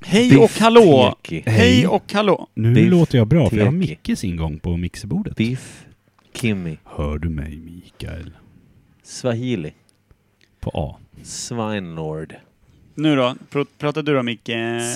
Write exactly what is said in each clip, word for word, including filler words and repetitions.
Hej och hallå! Hej. Hej och hallå! Nu Biff låter jag bra, för jag har teki. Mickes ingång på mixerbordet. Biff Kimmy. Hör du mig, Mikael? Swahili. På A. Svinelord. Nu då, pr- pratar du då Micke?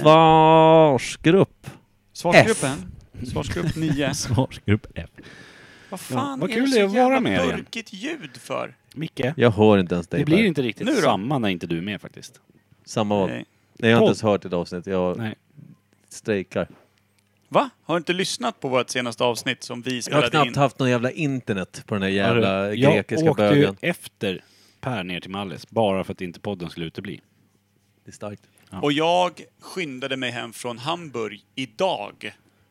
Svarsgrupp. Svarsgruppen? Svarsgrupp nio. Svarsgrupp F. Vad fan vad är kul det det är så att vara jävla med igen. burkigt ljud för? Micke, Jag hör inte ens dig. det blir Per. inte riktigt Nu då? samma när inte du är med faktiskt. Samma vad. Nej. Nej, jag har Podd. inte ens hört ett avsnitt. Jag Nej. strejkar. Va? Har du inte lyssnat på vårt senaste avsnitt som vi Jag har spelade knappt in? haft någon jävla internet på den här jävla jag grekiska åkte bögen. ju efter Per ner till Mallis, bara för att inte podden skulle utebli. Det är starkt. Och jag skyndade mig hem från Hamburg idag.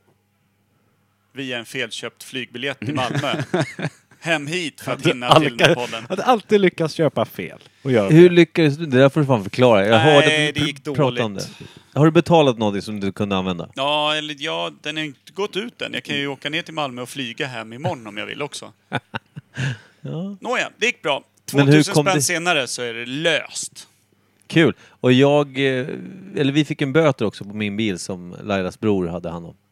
Via en felköpt flygbiljett till Malmö. Hem hit för att hinna till den här podden. hade alltid lyckats köpa fel. Och göra Hur lyckades du? Det där får du fan förklara. Jag Nej, hörde att det du gick pr- pratade om det. dåligt. Har du betalat någonting som du kunde använda? Ja, eller ja, den har inte gått ut än. Jag kan ju åka ner till Malmö och flyga hem imorgon om jag vill också. Ja. Nåja, det gick bra. Men hur tvåtusen kom spänn det- senare så är det löst. Kul. Och jag... eh, Eller vi fick en böter också på min bil som Lailas bror hade hand om.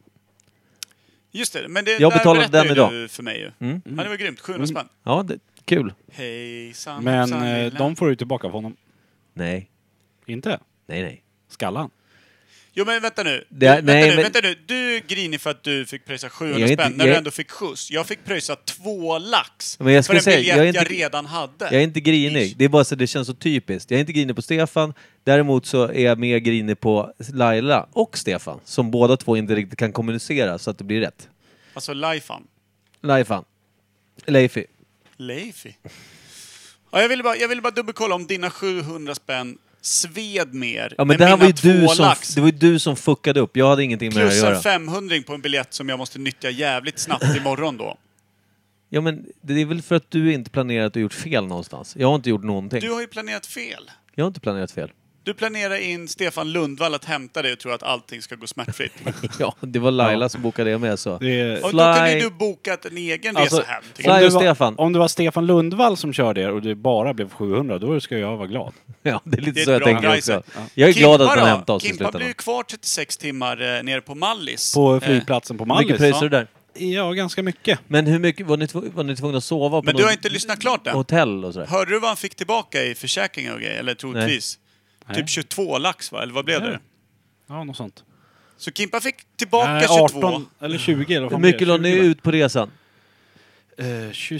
Just det, men det Jag där betalade berättade den ju idag. du för mig ju. Mm. Ja, det var grymt. sjuhundra spänn. Ja, det, kul. Hejsan, Men hoppsan, eh, lilla. de får du tillbaka av honom. Nej. Inte? Nej, nej. Skallan. Jo men vänta nu. Det- vänta, nej, nu men- vänta nu. Du är grinig för att du fick pröjsa sjuhundra Jag är inte- spänn när jag- du ändå fick skjuts. Jag fick pröjsa två lax Men jag för skulle en säga, biljett jag jag, är inte- redan hade. Jag är inte grinig. Ish. Det är bara så det känns så typiskt. Jag är inte grinig på Stefan. Däremot så är jag mer grinig på Laila och Stefan. Som båda två inte riktigt kan kommunicera så att det blir rätt. Alltså Laifan. Laifan. Leifi. Leifi. Ja, jag ville bara, jag ville bara dubbelkolla om dina sjuhundra spänn sved mer Ja, men än det här var mina ju du två som, lax. det var ju du som fuckade upp. Jag hade ingenting med det att Plus göra. en femhundring på en biljett som jag måste nyttja jävligt snabbt imorgon då. Ja, men det är väl för att du inte planerat och gjort fel någonstans. Jag har inte gjort någonting. Du har ju planerat fel. Jag har inte planerat fel. Du planerar in Stefan Lundvall att hämta dig och tror att allting ska gå smärtfritt. Ja, det var Laila som bokade det med så. Det är... Och då kan ju Fly- du bokat en egen Alltså, resa hem. Fly Till. Om det, och var, Stefan. om det var Stefan Lundvall som körde er och det bara blev sjuhundra, då ska jag vara glad. Ja, det är lite Det är så ett jag bra tänker price. också. Jag är glad att Kimpa den då? hämtar oss i Kimpa blir ju slutändan. kvar trettiosex timmar eh, nere på Mallis. På Eh, flygplatsen på Hur mycket Mallis. pröjsar du där? Ja, ganska mycket. Men hur mycket var ni, tv- var ni tvungna att sova på Men något du har inte lyssnat klart än. hotell och sådär? Hörde du vad han fick tillbaka i försäkringar och grejer? Eller troligtvis? Nej. Typ tjugotvå lax va? Eller vad blev Nej. det? Ja, något sånt. Så Kimpa fick tillbaka Nej, tjugotvå. arton eller tjugo. Eller vad Hur fan mycket blir la det? ni tjugo, va? ut på resan? Eh, tjugo,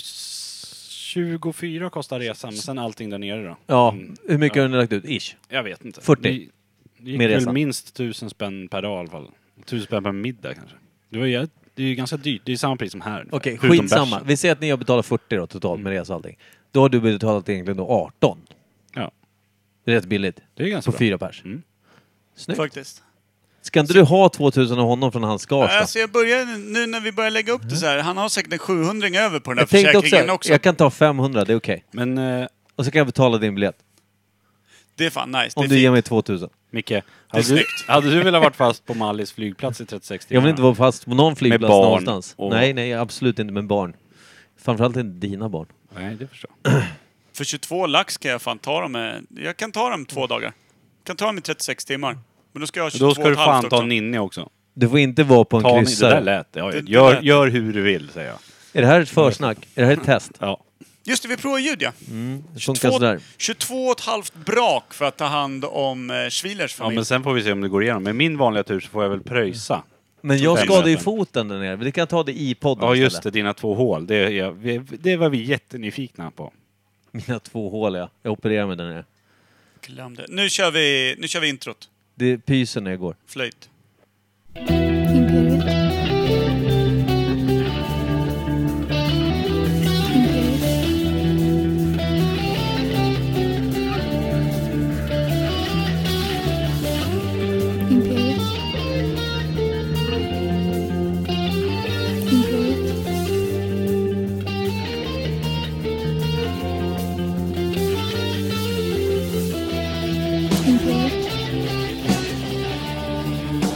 tjugofyra kostar resan, men sen allting där nere då. Ja, Mm, hur mycket ja. har ni lagt ut? Ish. Jag vet inte. fyrtio. Det, det gick Med väl resan. minst tusen spänn per dag i alla fall. Tusen spänn per middag kanske. Det, var ju, det är ju ganska dyrt. Det är samma pris som här. ungefär. Okej, Förutom skitsamma. bärsen. Vi säger att ni har betalat fyrtio då totalt med resa och allting. Då har du betalat egentligen då arton. Ja, Det är rätt billigt. det är ganska På bra. fyra pers. Mm. Snyggt. Faktiskt. Ska inte du ha tvåtusen av honom från hans gage då? Alltså jag börjar, nu när vi börjar lägga upp det så här, han har säkert en sjuhundring över på den här Jag tänkte försäkringen också, också. jag kan ta femhundra, det är okej. Men eh, Och så kan jag betala din biljett. Det är fan nice. Om det du är ger fint. mig tvåtusen. Micke, hade du, snyggt. hade du velat varit fast på Mallis flygplats i trettiosex timmar? Jag vill inte vara fast på någon flygplats barn någonstans. och- Nej, nej, absolut inte med barn. Framförallt inte dina barn. Nej, det förstår jag. För tjugotvå lax kan jag fan ta dem med... Jag kan ta dem två dagar. Jag kan ta dem i trettiosex timmar. Men då ska jag ha tjugotvå Då ska du och ett halvt fan ta också. Ninni också. Du får inte vara på en Ta ni, det där kryssare. lät. Ja, Det- ja. det Gör, lät. gör hur du vill, säger jag. Är det här ett försnack? Är det här ett test? Ja. Just det, vi provar ljud ja. Mm, det funkar sådär. tjugotvå och ett halvt brak för att ta hand om eh, Schwilers Ja, familj. men sen får vi se om det går igenom. Med min vanliga tur så får jag väl pröjsa. Men jag Fem skadade ju spänn. foten där nere. Vi kan ta det i podden Ja, just istället. det. Dina två hål. Det, är, vi- det var vi jättenyfikna på. Mina två hål, ja. Jag opererar mig där nere. Glöm det. Nu kör vi, nu kör vi introt. Det pyser när jag går. Flöjt. Imperiet. Imperiet. Imperiet. Imperiet.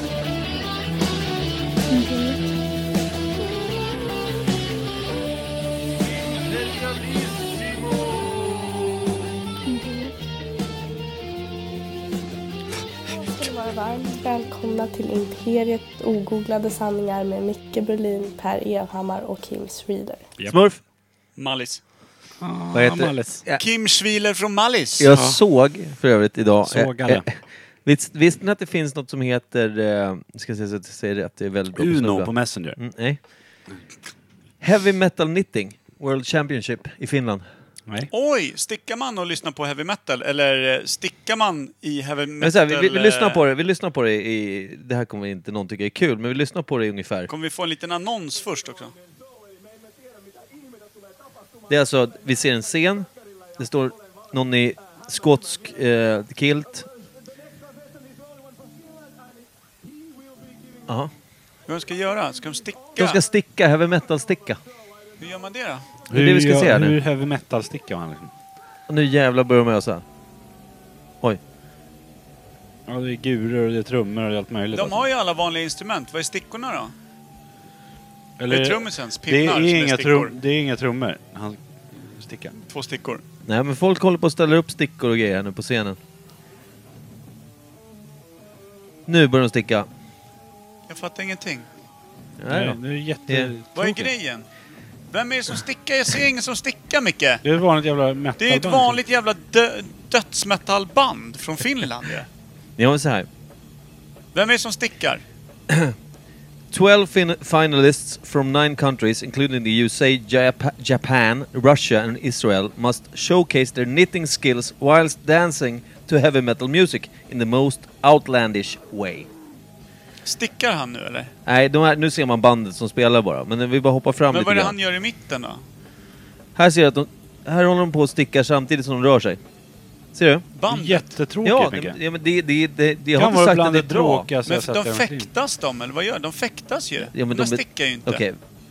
Varmt välkomna till Imperiet ogooglade sanningar med Micke Berlin, Per Evhammar och Kim Schreeder. Yep. Smurf. Mallis. Ah, Vad heter det? Mallis. Ja. Kim Schwiler från Mallis. Jag såg för övrigt idag... Sågade. Eh, eh, visst, visste ni att det finns något som heter... Eh, ska jag säga så att jag säger rätt, det är väldigt bra på Uno snubbla. på Messenger. Mm, nej. Heavy Metal Knitting World Championship i Finland. Nej. Oj, stickar man och lyssnar på heavy metal? Eller eh, stickar man i heavy Men metal? så här, vi, vi, vi eh, lyssnar på det, vi lyssnar på det i... Det här kommer inte någon tycka är kul, men vi lyssnar på det ungefär. Kommer vi få en liten annons först också? Det är alltså, vi ser en scen. Det står någon i skotsk eh, kilt. Jaha. Vad ska de göra? Ska de sticka? De ska sticka, heavy metal sticka. Hur gör man det då? Det är det vi ska Hur- se här nu. Hur heavy metal stickar man liksom? Och nu jävlar börjar de ösa. Oj. Ja, det är guror och det är trummor och det är allt möjligt. De alltså. har ju alla vanliga instrument. Vad är stickorna då? Eller, det är trummisens det, pinnar är som är inga stickor. trum, det är inga trummor. Han stickar. Två stickor. Nej, men folk håller på att ställa upp stickor och grejer här nu på scenen. Nu börjar de sticka. Jag fattar ingenting. Nej det, då. det är jätte... Det- Vad är grejen? Vem är det som stickar? Jag ser ingen som stickar, Micke. Det är ett vanligt jävla metalband. Det är ett vanligt jävla dö- dödsmetallband från Finland. Ja. Ja, men så här. Vem är det som stickar? twelve fin- finalists from nine countries, including the U S A, Jap- Japan, Russia and Israel, must showcase their knitting skills whilst dancing to heavy metal music in the most outlandish way. Stickar han nu eller? Nej, de här, nu ser man bandet som spelar bara, men vi bara hoppar fram Men lite vad är det grann. han gör i mitten då? Här ser du att de, här håller de på att sticka samtidigt som de rör sig. Ser du? Bandet? Jättetråkigt, Ja, Micke. det, ja, men det, det, det, det jag Kan har inte vara sagt att bland det det är bra. tråkigaste Men jag sett de i mitt liv. fäktas de, eller vad gör de? De fäktas ju. Ja, men de de- stickar ju inte. Okej,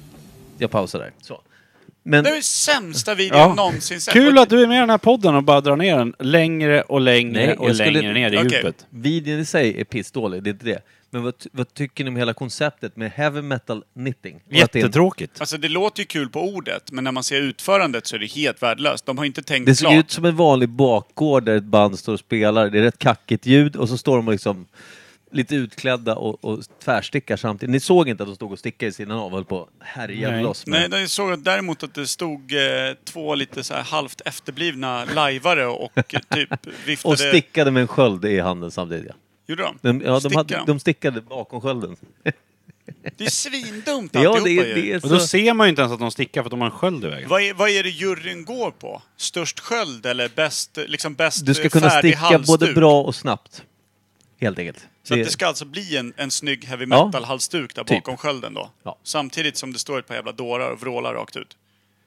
jag pausar där. Så. Men Det är ju sämsta videon Ja. någonsin sett. Kul Och- att du är med i den här podden och bara drar ner den längre och längre Nej, och jag skulle- längre ner i Okej. djupet. videon i sig är pissdålig, det är inte det. Men vad, ty- vad tycker ni om hela konceptet med heavy metal knitting? Och att det är en- Jättetråkigt. Alltså det låter ju kul på ordet, men när man ser utförandet så är det helt värdelöst. De har inte tänkt Det ser klart. ut som en vanlig bakgård där ett band står och spelar. Det är rätt kackigt ljud och så står de liksom lite utklädda och, och tvärstickar samtidigt. Ni såg inte att de stod och stickade i sidan av och höll på att härja Nej. loss med. Nej, jag såg däremot att det stod eh, två lite så här halvt efterblivna lajvare och eh, typ viftade... Och stickade med en sköld i handen samtidigt. Ja. Gjorde de? De, ja, de, Stickade hade, de? de stickade bakom skölden. Det är svindumt Ja, alltihopa det, är- ju. det är Och då så... ser man ju inte ens att de stickar för att de har en sköld i vägen. Vad är, vad är det juryn går på? Störst sköld eller bäst, liksom bäst Du ska eh, kunna färdig sticka halsduk? både bra och snabbt. Helt enkelt. Så Det- att det ska alltså bli en, en snygg heavy Ja. metal-halsduk där Typ. bakom skölden då? Ja. Samtidigt som det står ett par jävla dårar och vrålar rakt ut.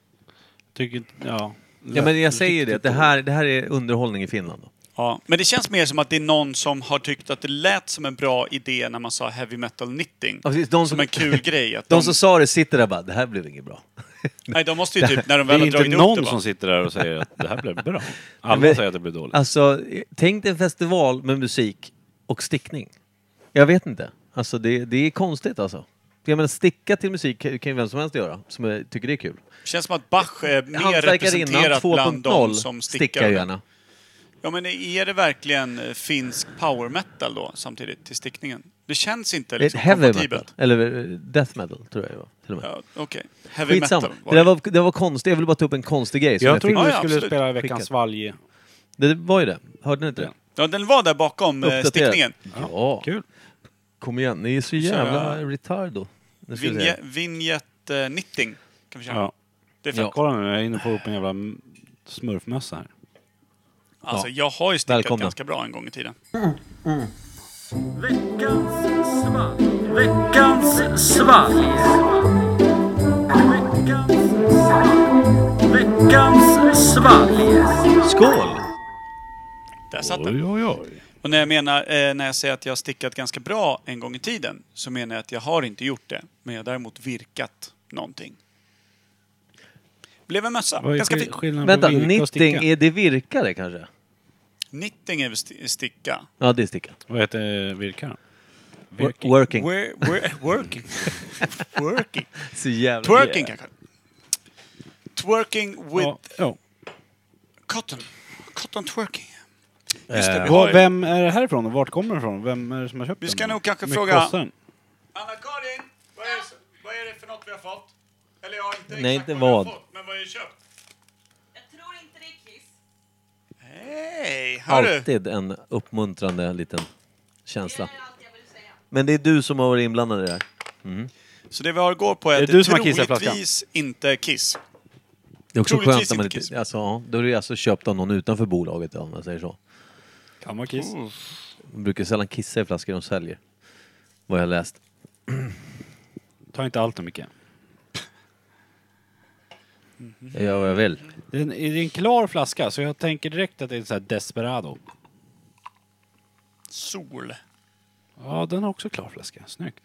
Tycker, ja. Ja, men jag säger ju det. Det här, det här är underhållning i Finland. Då. Ja. Men det känns mer som att det är någon som har tyckt att det lät som en bra idé när man sa heavy metal knitting. Ja, precis, de Som en kul grej. Att De de, som sa det sitter där bara, det här blev inget bra. nej, de måste ju typ, när de Det väl är har inte dragit upp någon det som bara. sitter där och säger att det här blev bra. Alla Men- säger att det blev dåligt. Alltså, tänk dig en festival med musik och stickning. Jag vet inte. Alltså, det, det är konstigt alltså. Jag menar, sticka till musik kan ju vem som helst göra, som jag tycker det är kul. Känns som att Bach är mer Hantverkarinnan representerat bland de två.noll som stickar stickar. ju gärna. Ja, men är det verkligen eh, finsk power metal då samtidigt till stickningen? Det känns inte Det är liksom heavy kompatibelt. metal. Eller eh, death metal, tror jag det var. Till och med. Ja, okej. Heavy Skitsamma. metal Det, där var, det var konstigt. Jag vill bara ta upp en konstig grej. Som Jag jag trodde fick. du Ja, ja, skulle absolut. spela Veckans Skickat. valg. Det var ju det. Hörde ni inte det? Ja, den var där bakom eh, Uppdaterat. stickningen. Ja. Kul. Kom igen, ni är så Köra- jävla retardo. Nu ska vi se. Vinje, Vignett eh, knitting kan vi köra. Ja. Det är fett. Ja. Kolla nu, jag är inne på upp en jävla m- smurfmössa här. Alltså, Ja. jag har ju stickat Välkomna. ganska bra en gång i tiden. Skål! Där satt den. oj, oj. Och när jag menar, eh, när jag säger att jag har stickat ganska bra en gång i tiden, så menar jag att jag har inte gjort det, men jag har däremot virkat någonting. Blev en mössa. Vad är Ganska skill- fin. skillnaden Vänta, på virka och knitting, sticka? är det virkare kanske? Knitting är väl sti- sticka. Ja, det är sticka. Vad heter virka? Working. Working. Where, where, working. working. Så jävla... Twerking kanske. Twerking with Ja, ja. cotton. Cotton twerking. Just det, vi Vad- har... Vem är det härifrån och vart kommer den ifrån? Vem är det som har köpt Vi den? ska nog kanske Hur mycket fråga- kostar den? Anna-Karin, vad är, vad är det för något vi har fått? Eller ja, inte Nej, exakt inte vad vi har vad. fått, men vad är det köpt? Jag tror inte det är Kiss. Hej, hörru! Alltid en uppmuntrande liten känsla. Det är allt jag vill säga. Men det är du som har varit inblandad i det här. Så det vi har går på är, Är det att du som har kissat i flaskan? troligtvis inte Kiss. Det är också Troligtvis skönt när man inte inte... Kiss. Alltså, ja, då är det alltså köpt av någon utanför bolaget, om man säger så. Kan vara Kiss. De brukar sällan kissa i flaskor de säljer. Vad jag har läst. Ta inte allt för mycket. Jag gör vad jag vill. Det är en, det är en klar flaska, så jag tänker direkt att det är så här Desperado. Sol. Ja, den har också klar flaska. Snyggt.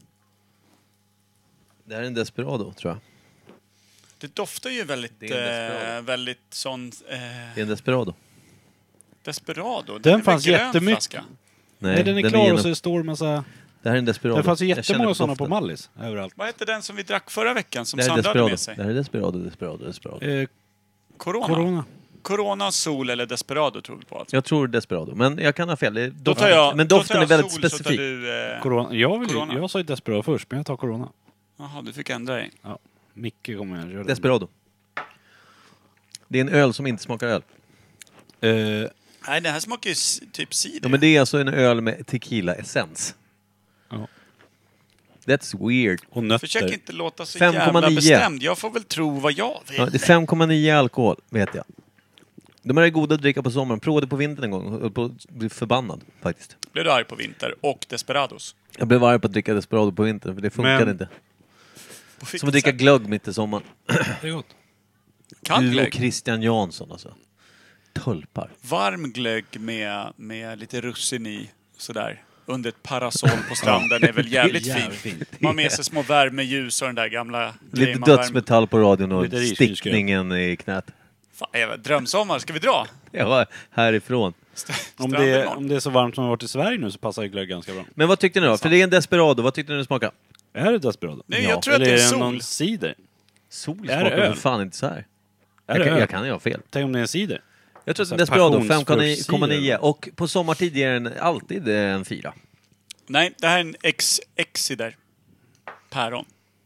Det här är en Desperado, tror jag. Det doftar ju väldigt, Det är en Desperado. eh, väldigt sån... Eh, Det är en Desperado. Desperado. Den är väl fanns grön jättemycket. flaska? Nej, Nej, den är klar genom- och så står det massa... Det här är en Desperado. Det fanns ju Jag jättemånga känner sådana på doften. Mallis överallt. Vad hette den som vi drack förra veckan som Det här är Sandra hade Desperado. med sig? Det här är Desperado, Desperado, Desperado. Eh, Corona. corona. Corona, Sol eller Desperado tror vi på alltså. Jag tror Desperado, men jag kan ha fel. Det är Då doft- tar jag, men då doften tar jag är väldigt Sol, så tar specifik. du, eh, corona. Jag, vill, ju- Corona. jag sa ju Desperado först, men jag tar corona. Jaha, du fick ändra dig. Ja. Micke kommer jag göra. Desperado. Det är en öl som inte smakar öl. Eh, Nej, det här smakar ju s- typ cider. Ja, men det är alltså en öl med tequila-essens. Ja. That's weird. och nötter. Försök inte låta så fem komma jävla nio. bestämd. Jag får väl tro vad jag vill. Ja, det är fem komma nio alkohol, vet jag. De är goda att dricka på sommaren. Provade på vintern en gång och höll på att bli förbannad, faktiskt. Blev du arg på vinter och Desperados? Jag blev arg på att dricka Desperado på vintern, för det funkade Men- inte. På vilket Som att dricka sätt? glögg mitt i sommaren. Det är gott. Kall Du och glögg. Christian Jansson, alltså. Tulpar. Varm glögg med, med lite russin i, sådär. Under ett parasoll på stranden är väl jävligt Jävligt fint. fint. Man har med sig små värmeljus och den där gamla Lite grejen man värmer- dödsmetall på radion och Lite risgrynsgröt. stickningen i knät. Fan, jävla drömsommar. Ska vi dra? Jag var härifrån. St- Om stranden det, imorgon. om det är så varmt som det har varit i Sverige nu så passar ju glögg ganska bra. Men vad tyckte ni då? För det är en Desperado. Vad tyckte ni det smakade? Är det Desperado? Nej, Ja. jag tror att Eller det är är det sol. någon cider? Sol Är det smakar väl öl? fan inte så här. Är Jag det kan, öl? jag kan ju ha fel. Tänk om det är en cider? Jag tror att Så en här Desperado passionsfruktcider. fem komma nio. Och på sommartid ger den alltid eh, en fyra. Nej, det här är en ex Exider. Päron.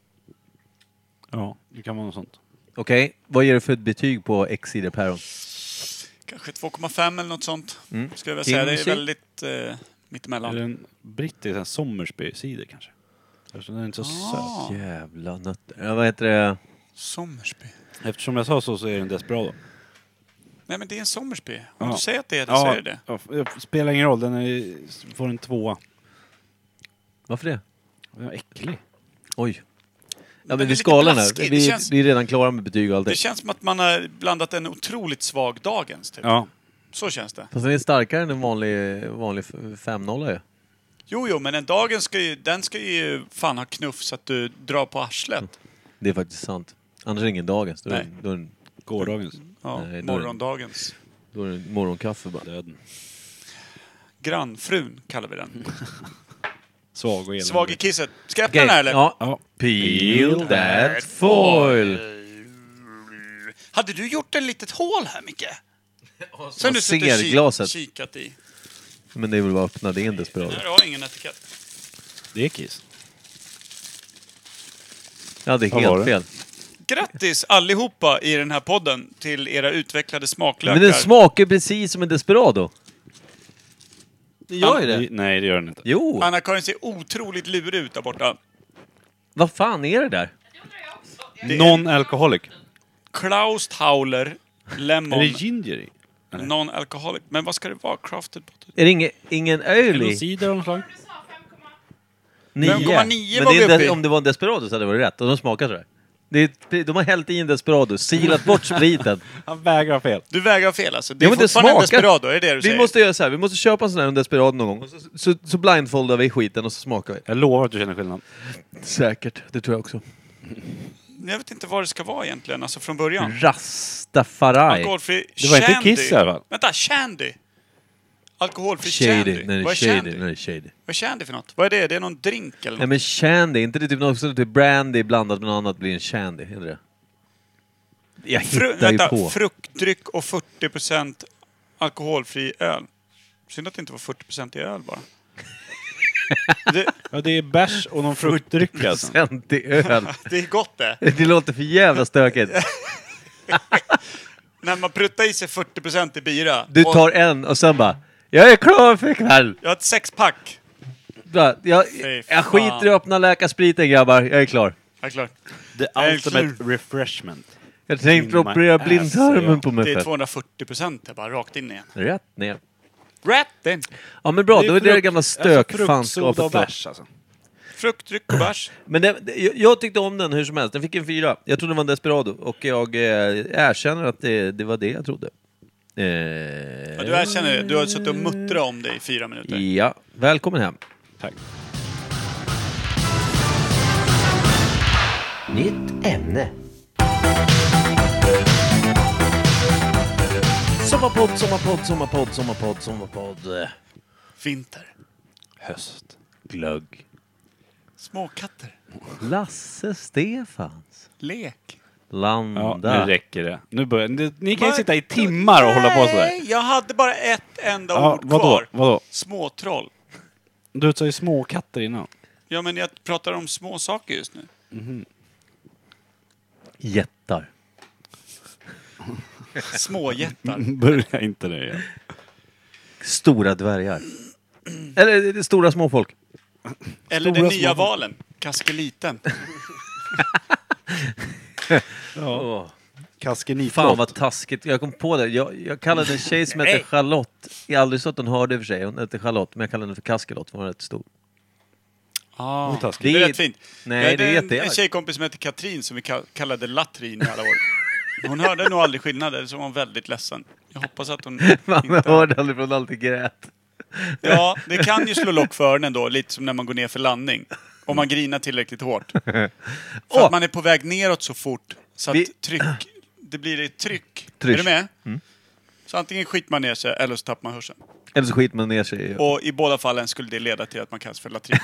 Ja, det kan vara något sånt. Okej, vad ger du för ett betyg på X-cider päron? Kanske två komma fem eller något sånt. Mm. Skulle jag väl säga. Det är Kimchi? väldigt eh, Är mittemellan. det en brittisk en Sommersby-cider kanske? Eftersom den är inte så Ah. söt. Jävla nötter. Ja, vad heter det? Sommersby. Eftersom jag sa så så är det en Desperado. Nej, men det är en Sommersby. Om Ja. du säger att det är det så är det det. ja, det spelar ingen roll. Den är, får en tvåa. Varför det? Den är äcklig. Oj. Ja, det men är vi lite skalar blaskigt. här. Det Vi, känns- vi är redan klara med betyg och allt Det det. känns som att man har blandat en otroligt svag dagens. Typ. Ja. Så känns det. Fast den är starkare än en vanlig, vanlig fem noll ju. Jo, jo, men en dagens ska ju, den ska ju fan ha knuff så att du drar på arslet. Det är faktiskt sant. Annars är det ingen dagens. Då är, Nej. det- då är, det- Gårdagens. Ja, Nej, då är det- morgondagens. då är det morgonkaffe bara. Döden. Grannfrun kallar vi den. Svag och eländig. Svag i kisset. Ska jag öppna Okej, den här eller? ja. Ja. Peel that foil! Hade du gjort ett litet hål här, Micke? Som du ser suttit och ki- glaset. kikat i. Men det är väl bara att öppna, det är en Desperado. Nej, du har ingen etikett. Det är Kiss. Ja, det är Vad var helt det? fel. Grattis allihopa i den här podden till era utvecklade smaklökar. Men den smakar precis som en Desperado. Det gör ju det. Det- Nej, det gör den inte. Jo, Anna-Karin ser otroligt lurig ut där borta. vad fan är det där? Det är Non-alcoholic. Klaus Tauler Lemon Är det ginger i? Non-alcoholic. Men vad ska det vara? Crafted potato? Är det ingen, ingen öl Eller i? cider av något slag? Nio. fem komma nio Men var det vi är en uppe i. des- om det var en Desperado så hade det varit rätt. Och de smakar sådär. Det är, de har hällt i en Desperado, silat bort spriten. Han vägrar fel. Du vägrar fel alltså. Det är Ja, men det fortfarande en smakar- Desperado, är det det du Vi säger? måste göra så här. Vi måste köpa en sån här en Desperado någon gång. Och så, så, så blindfoldar vi skiten och så smakar vi. Jag lovar att du känner skillnad. Säkert, det tror jag också. Jag vet inte vad det ska vara egentligen, alltså från början. Rastafari. Alkoholfri Det var inte Shandy. Kiss i alla fall. Vänta, Shandy. Alkoholfri Shady. Shandy. Nej, det Vad är är shady. Shandy? Nej, det är shady. Vad är Shandy för något? Vad är det? Det är någon drink eller Nej något? men shandy, inte det typ något som typ brandy blandat med något annat blir en shandy? Är det? Jag Fru, hittar ju vänta, på. fruktdryck och fyrtio procent alkoholfri öl. Synd att det inte var fyrtio procent i öl bara. Det, Ja, det är bärs och någon fruktdryck alltså. Procent i öl. det är gott det. Det låter för jävla stökigt. När man pruttar i sig fyrtio procent i bira. Du och tar en och sen bara, jag är klar för ikväll. jag har ett sexpack. Bra, Jag, Fy jag fan. skiter i att öppna läkarspriten grabbar, jag är klar. Ja, klart. The ultimate refreshment. Jag tänkte In my operera ass, blindtarmen säger jag. på mig Det är för. tvåhundrafyrtio procent bara rakt in igen. Rätt ner. Rätt in. Ja men bra, då är det det gamla Alltså, fruktsoda stökfanskapet. och bärs alltså. Fruktdryck och bärs. Men det, det, jag, jag tyckte om den hur som helst, den fick en fyra. Jag trodde det var en Desperado och jag eh, erkänner att det, det var det jag trodde. Eh, Ja, du erkänner det. Du har suttit och muttrat om det i fyra minuter. Ja, välkommen hem. Tack. Nytt ämne. Sommarpodd, sommarpodd, sommarpodd, sommarpodd, sommarpodd. Vinter. Höst. Glögg. Småkatter. Lasse Stefans. Lek. Ja, Landa. nu räcker det. Nu börjar, ni, ni kan ju Va? sitta i timmar och hålla på sådär. Nej, jag hade bara ett enda Ja, ord vadå? kvar. Vadå? Småtroll. Du sa ju småkatter innan. Ja, men jag pratar om små saker just nu. Jättar. Småjättar. Börja inte det igen. Stora dvärgar. Eller det är stora småfolk. Eller Stora den nya små- valen. Kaskeliten. Åh. Kaskenit. Fan vad taskigt. Jag kom på det. Jag, jag kallade en tjej som heter Charlotte. Jag har aldrig så att hon hörde i och för sig. Hon heter Charlotte, men jag kallade henne för Kaskelott. Hon var rätt stor. Ah, det taskigt. är Det är- rätt fint. Nej, Jag hade det är en, jätteelakt. en tjejkompis som heter Katrin som vi ka- kallade Latrin i alla år. Hon hörde nog aldrig skillnader, så hon var väldigt ledsen. Jag hoppas att hon Man inte... hörde aldrig från alltid grät. Ja, det kan ju slå lock för öronen då, lite som när man går ner för landning. Om man grinar tillräckligt hårt. För Åh! att man är på väg neråt så fort, så att Vi- tryck... Det blir ett tryck. Tryck. Är du med? Så antingen skiter man ner sig, eller så tappar man hörseln. Eller så skiter man ner sig. Och i båda fallen skulle det leda till att man kallas för latrin.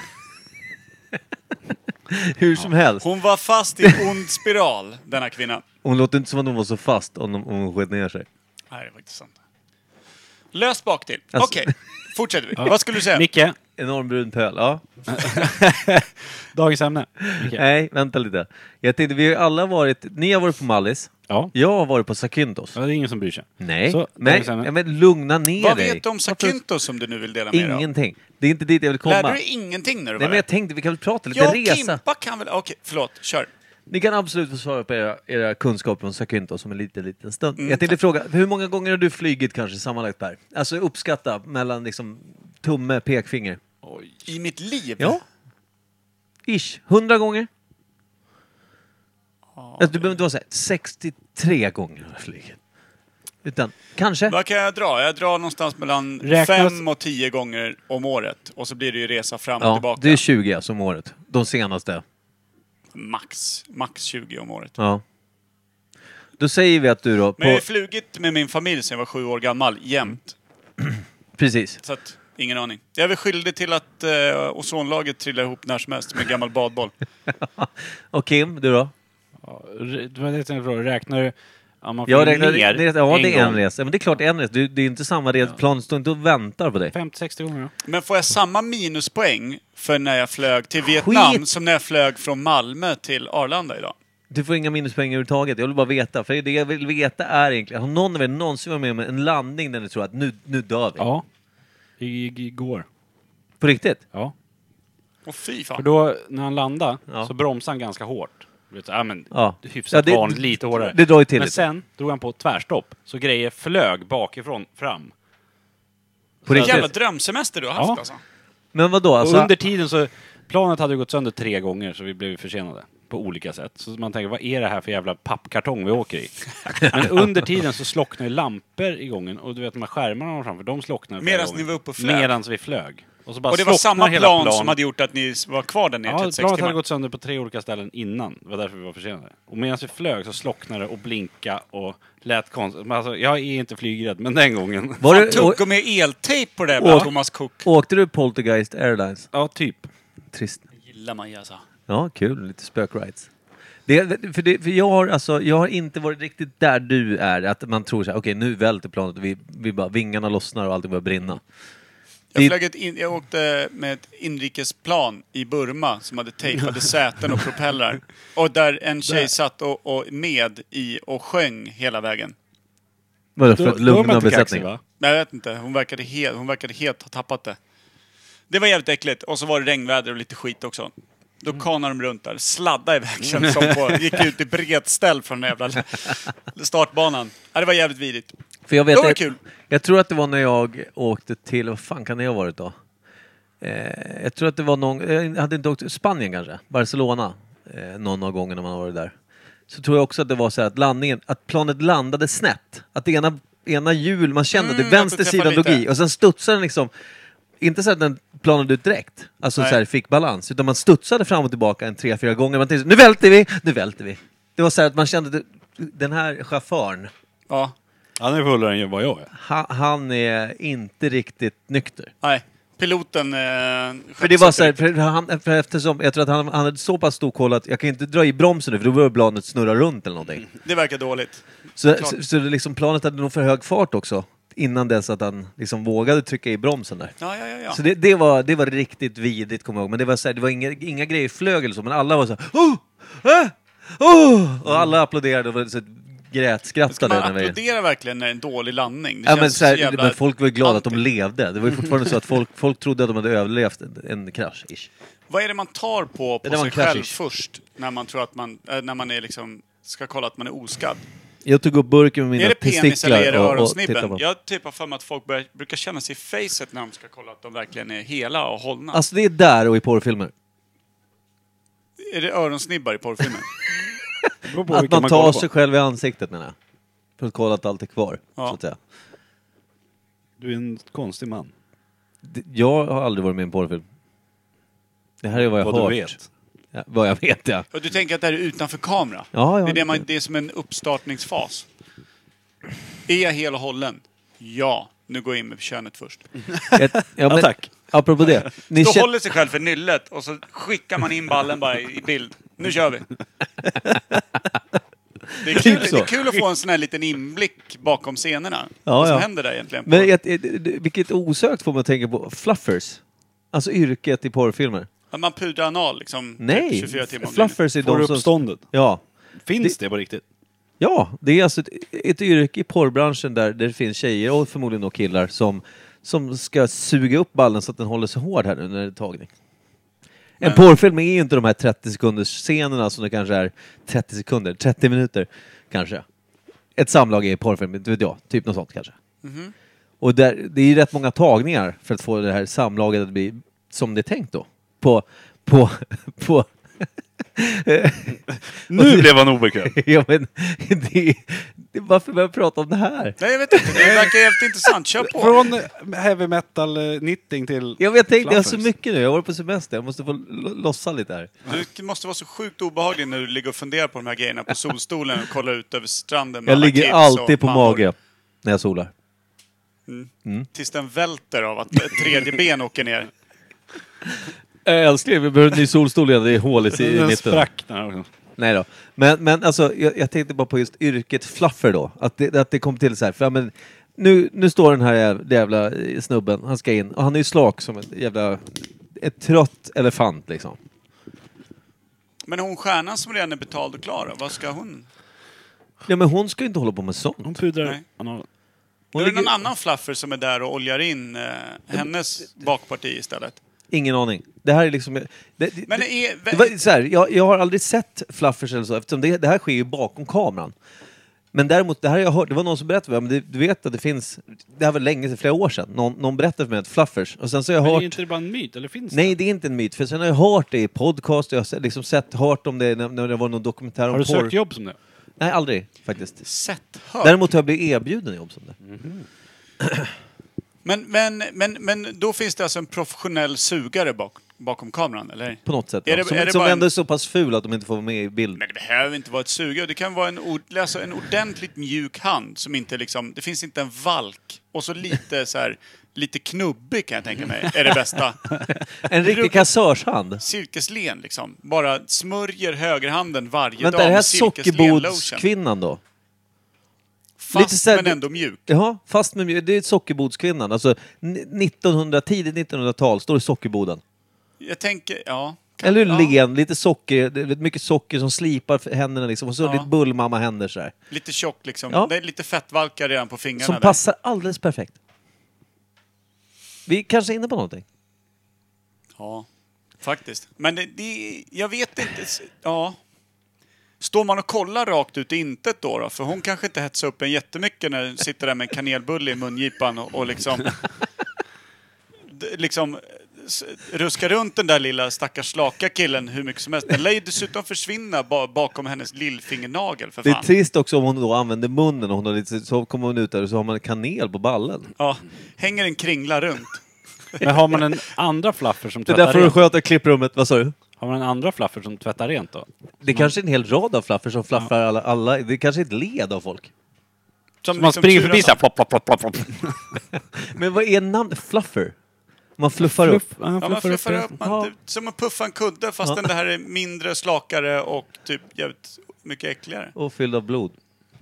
Hur som helst. Hon var fast i en ond spiral, denna kvinna. Hon låter inte som att hon var så fast om hon, om hon skit ner sig. Nej, det är faktiskt sant. Löst bak till. Alltså- Okej, fortsätter vi. Vad skulle du säga? Micke, Enorm brun pöl, ja. dagens ämne. Micke. Nej, vänta lite. Jag tänkte, vi har alla varit... Ni har varit på Mallis. Ja. Jag har varit på Zakynthos. Ja, det är ingen som bryr sig. Nej, Så, nej, dagens ämne. ja, men lugna ner Vad dig. vet du om Zakynthos som du nu vill dela med dig av? Ingenting. Det är inte dit jag vill komma. Lärde du dig ingenting när du Nej, var men jag där? tänkte vi kan väl prata lite Jag och resa. Kimpa kan väl... Okej, förlåt. Kör. Ni kan absolut få svara på era, era kunskaper om Zakynthos som en liten, liten stund. Mm, jag tänkte fråga, hur många gånger har du flygit kanske sammanlagt Per? Alltså uppskatta mellan liksom tumme, pekfinger. I mitt liv? Ja. Ish. Hundra gånger? Alltså, du behöver inte vara så här, sextiotre gånger har jag flugit. Utan, kanske. Vad kan jag dra? Jag drar någonstans mellan Räknas- fem och tio gånger om året. Och så blir det ju resa fram och Ja, tillbaka. det är tjugo som året. De senaste. Max. Max tjugo om året. Ja. Då säger vi att du då... Men jag har På, flugit med min familj sedan jag var sju år gammal, jämt. precis. Så att, ingen aning. Jag är väl skyldig till att eh, ozonlaget trillar ihop när som helst med en gammal badboll. Och Kim, du då? Ja, re- det var det jag tänkte fråga. Räknar du... Ja, man får Jag räknar, ner det, ja, det är en gång. resa. Men det är klart en resa. Det, det är inte samma resa. Planet står inte och väntar på dig. femtio sextio gånger då? Men får jag samma minuspoäng för när jag flög till Vietnam Skit. som när jag flög från Malmö till Arlanda idag? Du får inga minuspoäng överhuvudtaget. Jag vill bara veta. För det jag vill veta är egentligen... Har någon av er någonsin varit med om en landning där ni tror att nu, nu dör vi? Ja. I, i, igår. På riktigt? Ja. Och fy För fan. då, när han landade, Ja. så bromsade han ganska hårt. Du vet, ja, men Ja. hyfsat Ja, det- vanligt, lite hårdare. det drar ju till Men lite. sen drog han på tvärstopp, så grejer flög bakifrån fram. På Jävla riktigt? drömsemester du har haft Ja. alltså. Men vadå? Alltså, Och under tiden så, planet hade ju gått sönder tre gånger, så vi blev försenade på olika sätt. Så man tänker, vad är det här för jävla pappkartong vi åker i? Men under tiden så slocknade lampor i gången, och du vet de här skärmarna framför, de slocknade flera Medans gånger. ni var uppe och flög. Medans vi flög. Och, så bara Och det var slocknade samma hela plan plan som hade gjort att ni var kvar där nere Ja, trettiosex planet hade timmar. gått sönder på tre olika ställen innan. Det var därför vi var försenade. Och medan vi flög så slocknade det och blinkade och lät konstigt. Men alltså, jag är inte flygrädd, men den gången. var Han du, tog å, och med eltejp på det där med Åh. Thomas Cook. åkte du Poltergeist Airlines? Ja, typ. Trist. Gillar man ju alltså. Ja, kul. Lite spökrides. Det, för, det, för jag har alltså, jag har inte varit riktigt där du är, att man tror så här, okej, nu välter planet och vi, vi bara, vingarna lossnar och allting börjar brinna. Jag, flög ett in, jag åkte med ett inrikesplan i Burma som hade tejpade säten och propellrar. Och där en tjej satt och, och med i och sjöng hela vägen. Vadå, för Då- att då är man lugna inte kaxig, besättningen? va? Nej, jag vet inte. Hon verkade, helt, hon verkade helt ha tappat det. Det var jävligt äckligt. Och så var det regnväder och lite skit också. Då kanade de runt där. Sladdade iväg, kändes som på. Gick ut i bredställ från den jävla startbanan. Ja, det var jävligt vidrigt. För jag vet, Det var jag, kul. jag tror att det var när jag åkte till, vad fan kan det ha varit då? Eh, jag tror att det var någon, jag hade inte åkt till Spanien kanske, Barcelona, eh, någon av gångerna man varit där. Så tror jag också att det var så här att landningen, att planet landade snett. Att det ena, ena hjul, man kände Mm, att det att vänster det sidan träffade låg i. lite. Och sen studsade den liksom, inte så att den planade ut direkt, alltså Nej. så här fick balans, utan man studsade fram och tillbaka en tre, fyra gånger. Man tänkte, nu välter vi, nu välter vi. Det var så här att man kände att den här chauffören, Ja, Han är fullare än vad jag är. han, han är inte riktigt nykter. nej. Piloten... Eh, För det var så här, för han, för eftersom, jag tror att han, han hade så pass stor koll att jag kan inte dra i bromsen nu, för då börjar planet snurra runt eller någonting. Det verkar dåligt. Så, Klart. så, så det liksom, planet hade nog för hög fart också, innan dess att han liksom vågade trycka i bromsen där. Ja, ja, ja. ja. Så det, det, var, det var riktigt vidrigt, kommer jag ihåg. Men det var, så här, det var inga, inga grejer flög eller så, men alla var så här, oh! Äh! Oh! Och alla applåderade och var så här, grät, Ska skrattade. man när vi- applådera verkligen när det är en dålig landning? Det Ja, men, känns så här, så jävla men folk var ju glada att de anti. levde. Det var ju fortfarande så att folk, folk trodde att de hade överlevt en, en krasch. Ish. Vad är det man tar på Det på var en sig själv krasch. först? När man tror att man, äh, när man är liksom, ska kolla att man är oskadd. Jag tog upp burken med mina Är det penis eller är det testiklar och, och öronsnibben? tittade på. Jag typ har för mig att folk börjar, brukar känna sig i facet när de ska kolla att de verkligen är hela och hållna. Alltså det är där och i porrfilmer. Är det öronsnibbar i porrfilmer? Det beror på Att vilka man kollar tar på. sig själv i ansiktet, menar jag. För att kolla att allt är kvar, Ja. så att säga. Du är en konstig man. Det- Jag har aldrig varit med i en porrfilm. Det här är vad jag Vad har du hört. vet. Ja, vad jag vet, ja. Och du tänker att det här är utanför kamera? Ja, ja. Det är, det, man, det är som en uppstartningsfas. Är jag hel och hållen? Ja. Nu går jag in med könet först. Ett, ja, men, tack. Apropå det. Ni Då känner, håller sig själv för nyllet och så skickar man in ballen bara i, i bild. Nu kör vi! Det är, kul, Typ så. det är kul att få en sån här liten inblick bakom scenerna. Ja, Vad som ja. händer där egentligen. men ett, ett, ett, vilket osökt får man tänka på. Fluffers. Alltså yrket i porrfilmer. Att man pudrar anal liksom Nej, tjugofyra timmar om dygnet. fluffers är Får du de som... uppståndet? Ja. Finns det på riktigt? Ja, det är alltså ett, ett yrke i porrbranschen där, där det finns tjejer och förmodligen också killar som, som ska suga upp ballen så att den håller sig hård här nu när det är tagning. En Men- porrfilm är ju inte de här trettio sekunders scenerna som det kanske är trettio sekunder, trettio minuter kanske. Ett samlag är porrfilm, inte vet jag, typ något sånt kanske. Mhm. Och där, det är ju rätt många tagningar för att få det här samlaget att bli som det är tänkt då. På, på, på... Nu blev han obekväm. ja, men det, det, varför börjar jag prata om det här? Nej, jag vet inte. Det verkar helt intressant. Kör på. Från heavy metal eh, knitting till... Ja, men jag tänkte, jag har så Fluffers. mycket nu. Jag har varit på semester. Jag måste få lo- lossa lite här. Du måste vara så sjukt obehaglig när du ligger och funderar på de här grejerna på solstolen och kollar ut över stranden med Jag alla ligger kids alltid och på mammor. mage när jag solar. Tills den välter av att ett tredje ben åker ner. Äh, älskling, vi behöver en ny solstol igen. Det är hål i, i Den mitten. sprack. där. Nej då. Men, men alltså, jag, jag tänkte bara på just yrket fluffer då. Att det, att det kom till så här. För, ja, men, nu, nu står den här jävla, jävla snubben. Han ska in. Och han är ju slak som ett jävla... Ett trött elefant liksom. Men hon stjärnan som redan är betald och klar, då, vad ska hon? Ja, men hon ska ju inte hålla på med sånt. Hon pudrar Nej. analen. Då Hon är det någon ligger... annan fluffer som är där och oljar in eh, hennes bakparti istället. Ingen aning. Det här är liksom... Det, det, Men det, det är... det var, så här, jag, jag har aldrig sett fluffers eller så, eftersom det, det här sker ju bakom kameran. Men däremot, det här har jag hört, det var någon som berättade för mig, men det, du vet att det finns, det här var länge sedan, flera år sedan, någon, någon berättade för mig att fluffers, och sen så har jag Men är hört... inte det bara en myt, eller finns Nej, det? det är inte en myt, för sen har jag hört det i podcast, jag har sett- liksom sett, hört om det när, när det var någon dokumentär om Har du porr. sökt jobb som det? Nej, aldrig faktiskt. Sett, hört. Däremot har jag blivit erbjuden jobb som det. Men, men, men, men då finns det alltså en professionell sugare bak, bakom kameran, eller? På något sätt. Är Ja. det- som är det som bara en- ändå är så pass ful att de inte får vara med i bild. Men det behöver inte vara ett sugrör. Det kan vara en, ord, alltså en ordentligt mjuk hand som inte liksom... Det finns inte en valk. Och så lite så här lite knubbig kan jag tänka mig, är det bästa. En riktig kassörshand. Silkeslen liksom. Bara smörjer högerhanden varje Vänta, dag är det här med silkeslen-lotion. sockerbodskvinnan då? Fast lite så här- men ändå mjuk. Ja, fast med mjölk. Det är sockerbodskvinnan. Alltså nittonhundra, tidigt nittonhundratal står det sockerboden. Jag tänker, ja. Kan, Eller ja, len, lite socker, det är mycket socker som slipar för händerna liksom. Och så Ja. lite bullmamma-händer så här. lite tjock liksom. Ja. Det är lite fettvalkar redan på fingrarna. Som där. passar alldeles perfekt. Vi kanske är inne på någonting. Ja, faktiskt. Men det, det, jag vet inte. Ja. Står man och kollar rakt ut i intet då, då? För hon kanske inte hetsar upp en jättemycket när hon sitter där med en kanelbulle i mungipan och, och liksom... d- liksom s- ruskar runt den där lilla stackars slaka killen hur mycket som helst. Den lär ju dessutom försvinna ba- bakom hennes lillfingernagel, för Det är fan. trist också om hon då använder munnen och hon har lite, så kommer hon ut där och så har man kanel på ballen. Ja, hänger en kringla runt. Men har man en andra fluffer som Det är tvättar därför du rent? sköter klipprummet, vad sa du? Har man en andra fluffer som tvättar rent då? Det är kanske är en hel rad av flaffar som flaffar alla, alla, det är kanske är ett led av folk. Som Man liksom springer turas förbi om. såhär, plopp, plopp, plopp, plopp, plopp. Men vad är namnet? Fluffer? Man fluffar upp. Fluff, ja, Ja, man fluffar fluffar upp. upp, man, Ja. typ, som att puffa en kudde fast Ja. den där är mindre, slakare och typ jävligt mycket äckligare. Och fylld av blod.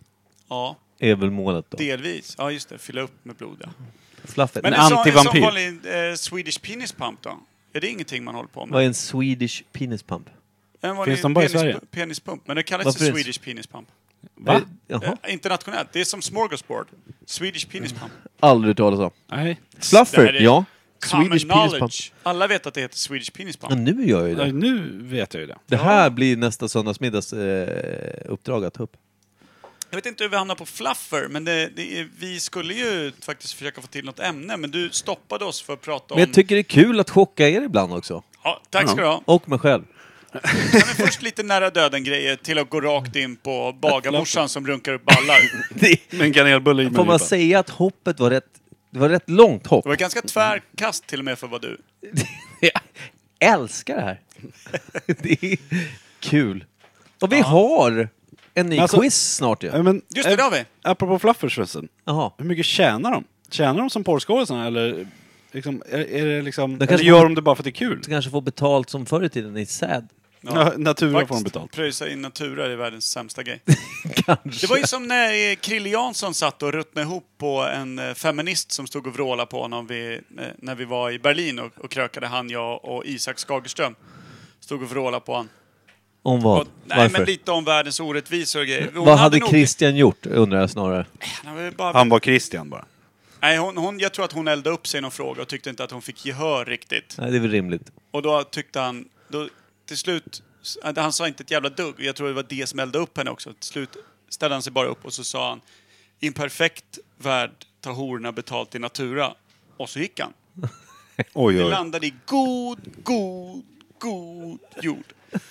Ja, Är väl målet då. delvis. Ja, just det. Fylla upp med blod, ja. Fluffet. Men En en sån, en sån antivampyr. vanlig eh, Swedish penis pump då? Är det ingenting man håller på med? Vad är en Swedish penis pump? En vanlig Finns de bara i penis, Sverige? penispump. Men det kallas Varför för är det- Swedish penis pump. Va? Eh, Jaha. Eh, internationellt. Det är som smorgasbord. Swedish penis pump. Aldrig hört talas om. Nej. Det här Fluffer, är ja. Common Swedish penis pump. knowledge. Alla vet att det heter Swedish penis pump. Ja, nu gör jag ju Ja, det. nu vet jag ju det. Det här blir nästa söndagsmiddags eh, uppdrag att ta upp. Jag vet inte hur vi hamnar på fluffer, men det, det är, vi skulle ju faktiskt försöka få till något ämne, men du stoppade oss för att prata om... Men jag tycker det är kul att chocka er ibland också. Ja, tack ska du ha. Och mig själv. Men först lite nära döden-grejer till att gå rakt in på bagarmorsan som runkar upp ballar. Med en kanelbulle i Får man mungipan. säga att hoppet var rätt... Det var rätt långt hopp. Det var ganska tvärkast till och med för vad du. Jag älskar det här. Det är kul. Och vi har en ny Men alltså- quiz snart ju. Ja, men, Just det, det har vi. Apropå fluffers förresten. Jaha. Hur mycket tjänar de? Tjänar de som porrskådisarna eller liksom, är, är det liksom... De Eller kanske gör får- de det bara för att det är kul? Du kanske får betalt som förr i tiden i säd. Ja, Natura får de Faktiskt, betalt. pröjsa in Natura är världens sämsta grej. Kanske. Det var ju som när eh, Krille Jansson satt och ruttnade ihop på en eh, feminist som stod och vrålade på honom vid, eh, när vi var i Berlin och, och krökade han, jag och Isak Skagerström. Stod och vrålade på honom. Om vad? Och, nej, Varför? men lite om världens orättvisor och grejer. Hon Vad hade nog- Christian gjort, undrar jag snarare. Han var ju bara, Han var Christian bara. nej, hon, hon, jag tror att hon eldade upp sig i någon fråga och tyckte inte att hon fick gehör riktigt. Nej, det är väl rimligt. Och då tyckte han, då, till slut, han sa inte ett jävla dugg. Jag tror det var det som eldade upp henne också. Till slut ställde han sig bara upp och så sa han, i en perfekt värld tar hororna betalt i Natura. Och så gick han. Oj, Det oj. landade i god, god, god jord.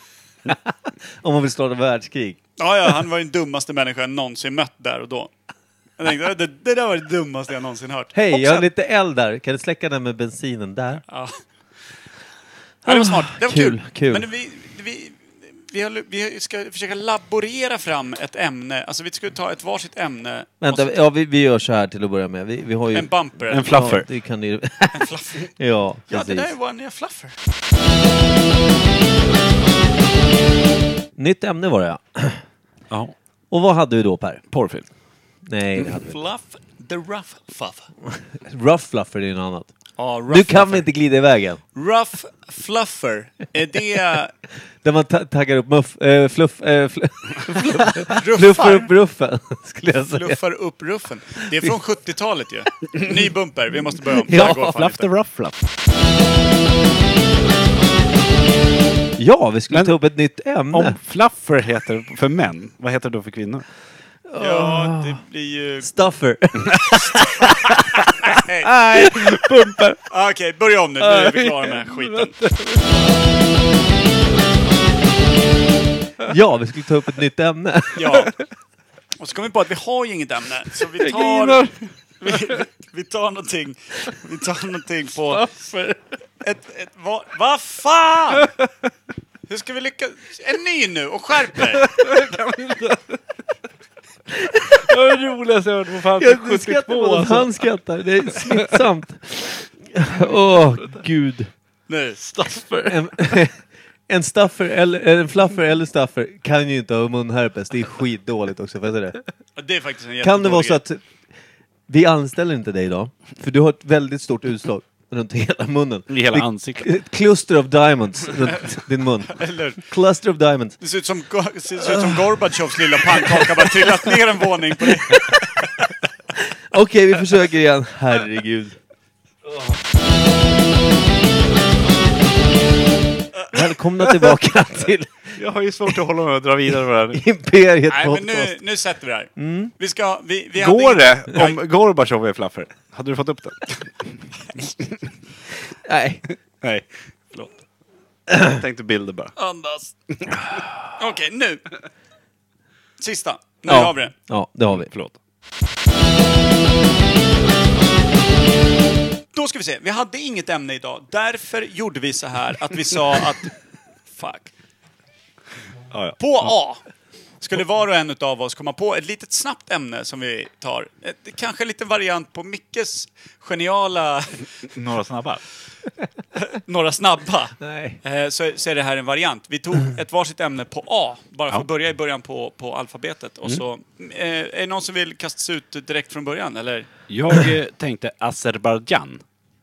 Om man vill starta världskrig. Ja, ja, han var den dummaste människan jag någonsin mött där och då. Jag tänkte, det, det där var det dummaste jag någonsin hört. Hej, Och jag har sen- lite eld där. Kan du släcka den med bensinen där? Ja. Ja, det var smart. Det var Kul, kul. kul. Men vi, vi, vi, har, vi ska försöka laborera fram ett ämne. Alltså vi ska ta ett varsitt ämne. Vänta, och så- ja, vi, vi gör så här till att börja med. Vi, vi har ju... En bumper. En fluffer. Ja, det kan ni... En fluffer. ja, Ja, precis. det där är vår nya fluffer. Nytt ämne var det, ja. Ja. Och vad hade vi då, Per? Porrfilm. Nej, det hade vi. Fluff, the rough fluffer. Rough fluffer är något annat. Ja, rough Du kan fluffer. väl inte glida i vägen? Rough fluffer. Är det... Där man ta- taggar upp muff... Äh, fluff... Äh, fl- fluffar Ruffar? upp ruffen, skulle jag säga. Fluffar upp ruffen. Det är från sjuttiotalet ju. Ny bumper. Vi måste börja om. Ja, Det här går fan Fluff inte. the rough fluff. Ja, vi skulle Men- ta upp ett nytt ämne. Om fluffer heter för män, vad heter det då för kvinnor? Ja, det blir ju... Stuffer. Nej, bumper. Okej, börja om nu. Nu är vi klara med den här skiten. Ja, vi skulle ta upp ett nytt ämne. Ja. Och så kom vi på att vi har ju inget ämne. Så vi tar... Vi, vi, vi tar någonting. Vi tar någonting på... Ett, ett, vad va fan? Hur ska vi lyckas? En ny nu och skärp er. Det var det roligaste jag hört på fan Jag skrattar sjuttiotvå. på att Alltså. han skrattar. Det är smittsamt. Åh, gud. Nu. En, en staffer eller en fluffer eller staffer kan ju inte ha munherpes. Det är skitdåligt också. För att säga det. Det är faktiskt en Kan det vara så jättedålig att vi anställer inte dig idag? För du har ett väldigt stort utslag runt hela munnen. I hela Det- ansiktet. Ett cluster of diamonds runt din mun. Eller, Cluster of diamonds. det ser ut som, Go- det ser ut som Gorbatjovs lilla pannkaka bara trillat ner en våning på dig. Okej, vi försöker igen. Herregud. Välkomna tillbaka till Jag har ju svårt att hålla mig och dra vidare med det här. Imperiet Nej, men nu, podcast. nu sätter vi det här. Mm. Vi ska... Vi, vi hade Går ingen- det om Gorbatjov är fluffer? Hade du fått upp den? Nej. Nej, förlåt. Jag tänkte bilder bara. Andas. Okej, nu. Sista. Nu Ja. har vi det. Ja, det har vi. Förlåt. Då ska vi se. Vi hade inget ämne idag. Därför gjorde vi så här att vi sa att... Fuck. Ja, ja. På A skulle var och en av oss komma på ett litet snabbt ämne som vi tar. Ett, kanske en liten variant på Mickes geniala Några snabba. några snabba. Nej. Eh, så, så är det här en variant. Vi tog ett varsitt ämne på A, bara för att börja i början på, på alfabetet. Och så, eh, är det någon som vill kasta sig ut direkt från början, eller? Jag eh, tänkte Azerbaijan.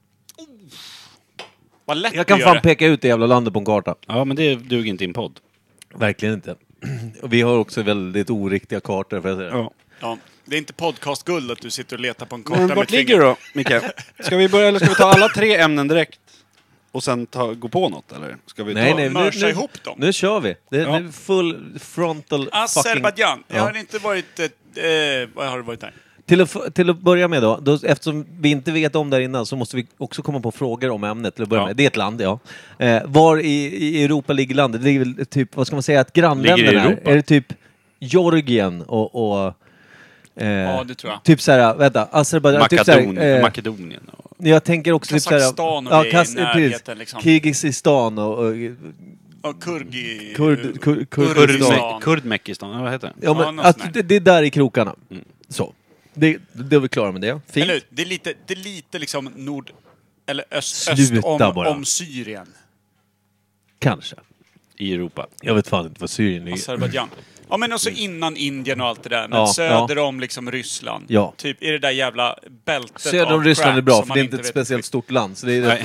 Vad lätt Jag kan du gör fan det. peka ut det jävla landet på en karta. Ja, men det duger inte i en podd. Verkligen inte. Och vi har också väldigt oriktiga kartor för att säga. Ja. Ja, det är inte podcastguld att du sitter och letar på en karta Men med vart ett ligger finger. du då, Mikael? Ska vi börja, eller ska vi ta alla tre ämnen direkt? Och sen ta, gå på något, eller? Ska vi Nej, ta... nej, nu, mörsa nu, ihop dem. nu kör vi. Det är, Ja. det är full frontal fucking... Azerbaijan. Jag Ja. har inte varit... Eh, eh, vad har det varit där? Till att, f- till att börja med då, då, eftersom vi inte vet om det här innan så måste vi också komma på frågor om ämnet till att börja Ja. med. Det är ett land, ja. Eh, var i, i Europa ligger landet? Det ligger väl typ, vad ska man säga, att Ligger grannländerna i är? Europa? Är det typ Georgien och... och eh, Ja, det tror jag. Typ såhär, vänta, Azerbaijan, typ Makedonien, såhär, eh, Makedonien. Och... jag tänker också typ såhär... Kazakstan och grejer i precis. närheten, liksom. Kirgizistan och... och Och Kurgi... Kurd, kur, Kurdistan. Kurdistan. Kurdmekistan, eller vad heter det? Ja, Ja, men något att, sånt där. det, det är där i krokarna. Mm. Så. Det, det är vi klara med det. Fint. Eller hur? Det är lite, det är lite liksom nord... Eller öst, Sluta öst om, bara. om Syrien. Kanske. I Europa. Jag vet fan inte vad Syrien är. Azerbaijan. Ja, men också innan Indien och allt det där. Men Ja, söder om liksom Ryssland. Ja. Typ i det där jävla bältet Söder av om Ryssland crap är bra, som för man det är inte ett vet- speciellt stort land. Så det är Nej.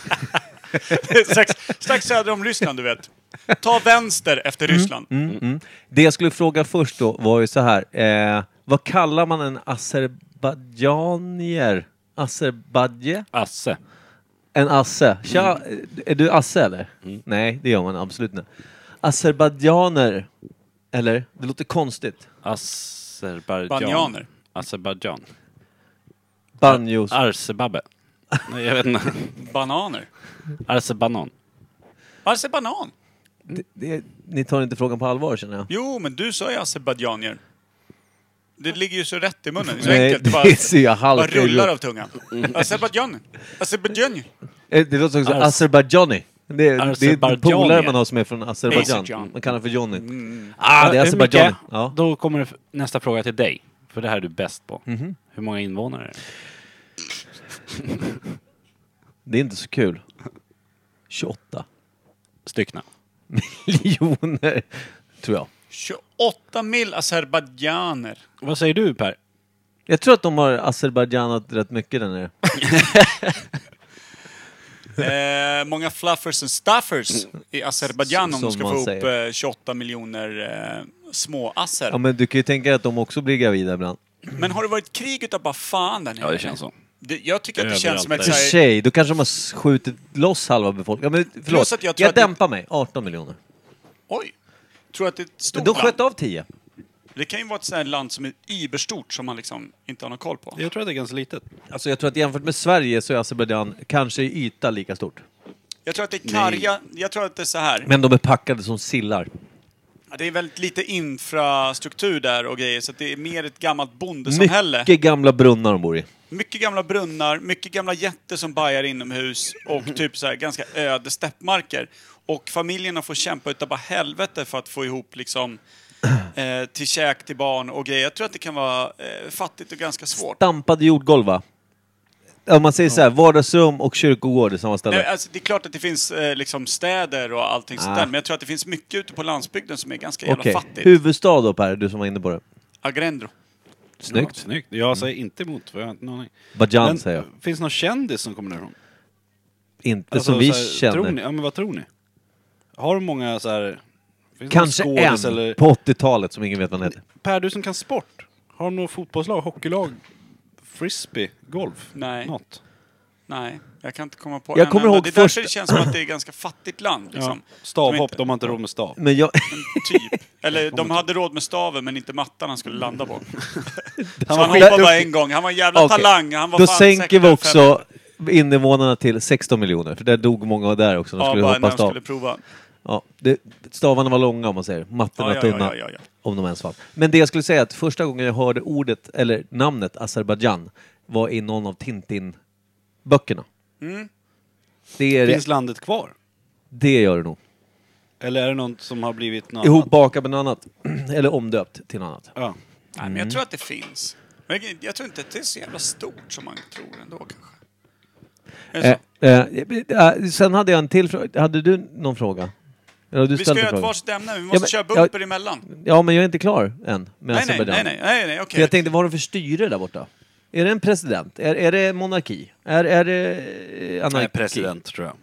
strax, strax söder om Ryssland, du vet. Ta vänster efter Ryssland. Mm, mm. Det jag skulle fråga först då var ju så här. Eh, vad kallar man en azerbajdzjanier? Azerbajdzje? Asse. En asse. Tja, är du asse eller? Nej, det gör man absolut inte. Azerbajdzjaner. Eller? Det låter konstigt. Azerbaijan. Banjaner. Azerbaijan. Banjos. Arsebabbe. Nej, jag vet inte. Bananer. Arsebanan. Varför banan? Det, det, ni tar inte frågan på allvar känner jag. Jo, men du sa ju azerbajdzjanier. Det ligger ju så rätt i munnen. Det är så Nej, enkelt. Det bara, det ser jag bara halka rullar ur. av tungan. Azerbajdzjan. Azerbajdzjan. Eh, Det låter också Ars- Azerbajdzjani. Det, det är Azerbajdzjanier. polare man har som är från Azerbajdzjan. Azerbajdzjan. Man kallar för Johnny. Ah, det är Eh, Azerbajdzjani. Micke, Ja. Då kommer det nästa fråga till dig. För det här är du bäst på. Hur många invånare är det? Det är inte så kul. tjugoåtta Styckna. miljoner, tror jag. tjugoåtta mil azerbajdzjaner. Vad säger du, Per? Jag tror att de har Azerbajdzjanat rätt mycket där nere. Eh, många fluffers and stuffers i Azerbajdzjan om Som de ska man få säger. ihop eh, tjugoåtta miljoner eh, små asser. Ja, men du kan ju tänka dig att de också blir gravida ibland. Men har det varit krig utav bara fan där nere? Ja, det känns så. Det, jag tycker att det känns som ett Överallt För så här, sig, då kanske de har skjutit loss halva befolkningen. Ja, men Plus förlåt, att jag jag, tror att det- dämpar mig. arton miljoner. oj, tror att det är ett stort De land. sköt av tio. Det kan ju vara ett sånt här land som är überstort som man liksom inte har någon koll på. Jag tror att det är ganska litet. Alltså jag tror att jämfört med Sverige så är Azerbajdzjan kanske i yta lika stort. Jag tror att det är karga, jag tror att det är så här. Men de är packade som sillar. Ja, det är väldigt lite infrastruktur där och grejer, så att det är mer ett gammalt bondesamhälle. Mycket gamla brunnar de bor i. Mycket gamla brunnar, mycket gamla jätter som bajar inomhus och typ så här ganska öde steppmarker. Och familjerna får kämpa utav bara helvete för att få ihop liksom eh, till käk till barn och grejer. Jag tror att det kan vara eh, fattigt och ganska svårt. Stampade jordgolv, va? Om man säger så här, vardagsrum och kyrkogård i samma ställe. Nej, alltså, det är klart att det finns eh, liksom städer och allting Ah. sånt där, men jag tror att det finns mycket ute på landsbygden som är ganska jävla Okej, fattigt. huvudstad då Per, du som var inne på det. Agrendro. Snyggt. Ja, snyggt. Jag säger inte emot, för jag har inte någon aning. Bajan Men säger jag. finns det någon kändis som kommer därifrån? Inte Alltså, som vi så här, känner. Tror ni? Ja, men vad tror ni? Har de många så här... Finns det Kanske någon en skådis eller... på åttiotalet som ingen vet vad han heter. Per, du som kan sport. Har de något fotbollslag, hockeylag, frisbee, golf? Nej. Något? Nej, jag kan inte komma på Jag en kommer enda. ihåg Det är därför först- det känns som att det är ett ganska fattigt land. Liksom. Ja. Stavhopp, inte- de har inte råd med stav. Men jag... Typ. Eller de hade råd med staven men inte mattan han skulle landa på. Så var han hoppade bara skitduktig. en gång. Han var en jävla Okej. talang. Han var Då fan sänker säkert vi fem- också invånarna till sexton miljoner. För där dog många där också. De Ja, skulle bara hoppa när de stav. skulle prova. Ja, det, stavarna var långa om man säger. Mattorna Ja, ja, tunna. ja, ja, ja. Om de ens fanns. Men det jag skulle säga är att första gången jag hörde ordet, eller namnet Azerbaijan var i någon av Tintin-böckerna. Mm. Det, är, Finns landet kvar? det gör det nog. Eller är det något som har blivit något Ihopbakat med något annat. Eller omdöpt till något annat. Ja. Nej, men jag tror att det finns. Men jag, jag tror inte att det är så jävla stort som man tror ändå kanske. Är det så? Eh, eh, eh, sen hade jag en till fråga. Hade du någon fråga? Eller har du Vi ska ställt en göra ett fråga? varsitt ämne. Vi måste men- köra ja- bumper emellan. Ja, men jag är inte klar än med Nej, nej, Azerbaijan. nej, nej, nej, nej, För okej. jag tänkte, vad har du för styre där borta? Är det en president? Är, är det monarki? Är, är det eh, anarki? Nej, president tror jag.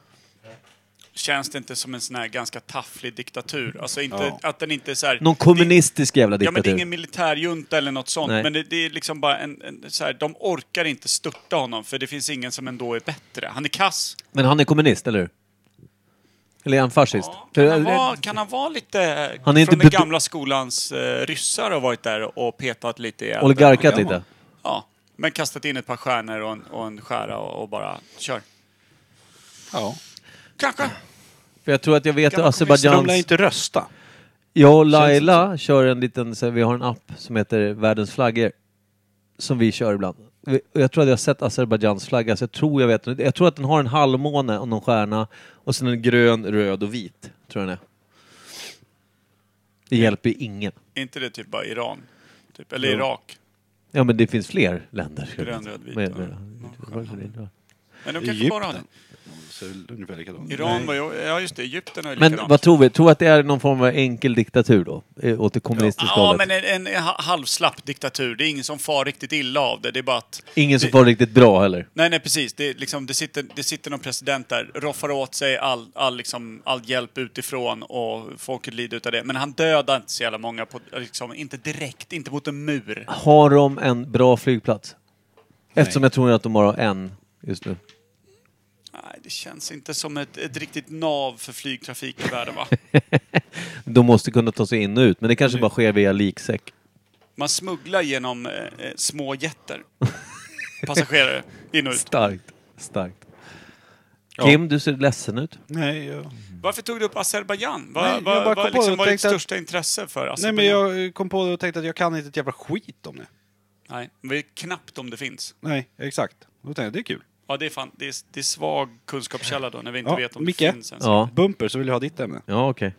Känns det inte som en sån här ganska tafflig diktatur? Alltså inte, Ja. att den inte är så här... Någon kommunistisk jävla Ja, men det är diktatur? ingen militärjunta eller något sånt. Nej. Men det, det är liksom bara en, en så här, de orkar inte störta honom för det finns ingen som ändå är bättre. Han är kass. Men han är kommunist, eller hur? Eller är han fascist? Ja, För- kan, han vara, kan han vara lite... Han är inte från den bed- gamla skolans eh, ryssar har varit där och petat lite i elden. Oligarkat Ja. lite? Ja, men kastat in ett par stjärnor och en, och en skära och, och bara kör. Ja. Kanske. För jag tror att jag vet Gamla att Så de lär Azerbajdzjans... inte rösta. Jag och Laila kör en liten, så vi har en app som heter Världens flaggor. Som vi kör ibland. Vi- och Jag tror att jag har sett Azerbajdzjans flagga, så jag tror jag vet. Jag tror att den har en halvmåne och någon stjärna. Och sen en grön, röd och vit, tror jag den är. Det hjälper ju ingen. Är inte det typ bara Iran? Typ, eller Jo. Irak? Ja, men det finns fler länder. Grön, röd, vit Med- och- med- ja, Men de kanske bara har det. Egypten. Så ungefär likadant. Iran var ju... Ja, just det. Egypten har ju Men likadant. vad tror vi? Tror vi att det är någon form av enkel diktatur då? Eh, Åt det kommunistiska Ja, hållet? men en, en ha- halvslapp diktatur. Det är ingen som far riktigt illa av det. Det är bara att... Ingen som det- var riktigt bra heller. Nej, nej, precis. Det, är liksom, det, sitter, det sitter någon president där, roffar åt sig all, all, liksom, all hjälp utifrån och folket lider utav det. Men han dödar inte så jävla många, på, liksom, inte direkt, inte mot en mur. Har de en bra flygplats? Eftersom jag tror att de bara har en just nu. Nej, det känns inte som ett, ett riktigt nav för flygtrafik i världen, va? De måste kunna ta sig in och ut, men det kanske bara sker via liksäck. Man smugglar genom eh, eh, små jätter. Passagerare, in och ut. Starkt. Starkt. Ja. Kim, du ser ledsen ut. Nej, jag... Varför tog du upp Azerbajdzjan? Vad Nej, jag vad- bara kom vad på liksom, det och var ditt tänkte att- största intresse för Nej, Azerbajdzjan? men jag kom på det och tänkte att jag kan inte ett jävla skit om det. Nej, men det är knappt om det finns. Nej, exakt. Då tänkte jag, det är kul. Ja, det är, fan, det är, det är svag kunskapskälla då, när vi inte Ja, vet om Micke. det finns ens. Ja, Bumper, så vill jag ha ditt ämne. ja okej.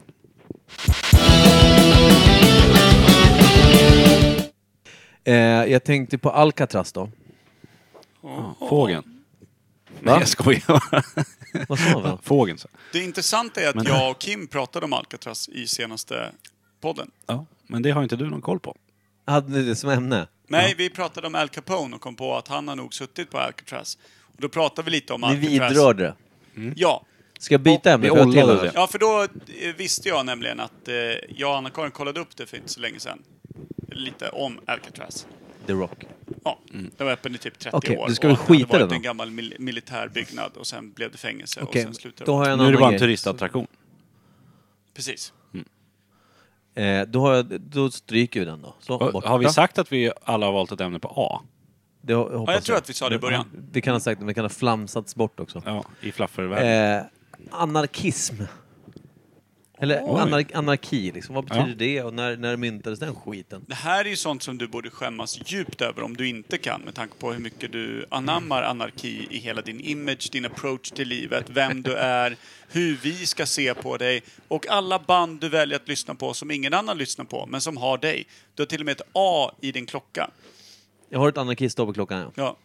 Eh, jag tänkte på Alcatraz då. Fågeln. Va? Nej, jag skojar. Vad sa vi? Fågeln, så. Det intressanta är att Men- jag och Kim pratade om Alcatraz i senaste podden. Ja, men det har inte du någon koll på. Hade ni det som ämne? Nej, vi pratade om Al Capone och kom på att han har nog suttit på Alcatraz. Och då pratade vi lite om Ni Alcatraz. vidrörde det. Ja. Ska jag byta ämne? vi För jag ollade tillhör det. Ja, för då eh, visste jag nämligen att eh, jag och Anna-Karin kollade upp det för inte så länge sedan. Lite om Alcatraz. The Rock. Ja, det var öppen i typ trettio Okej, år. du ska och väl att det hade skita i varit den en då? gammal mil- militärbyggnad och sen blev det fängelse Okej, och sen slutade då det. har jag en Nu är det annan bara en grej. turistattraktion. Precis. Eh, då, har jag, då stryker vi den då. Så, Och borta. har vi sagt att vi alla har valt ett ämne på A? Det ho- hoppas Ja, jag tror att vi sa det i början. Vi kan ha sagt det, men det kan ha flamsats bort också. Ja, i flaffervärlden. Eh, anarkism. Eller Oj. anar- anarki, liksom. Vad betyder Ja. det och när, när myntades den skiten? Det här är ju sånt som du borde skämmas djupt över om du inte kan, med tanke på hur mycket du anammar anarki i hela din image, din approach till livet, vem du är, hur vi ska se på dig och alla band du väljer att lyssna på som ingen annan lyssnar på, men som har dig. Du har till och med ett A i din klocka. Jag har ett anarkist på klockan, ja. Ja,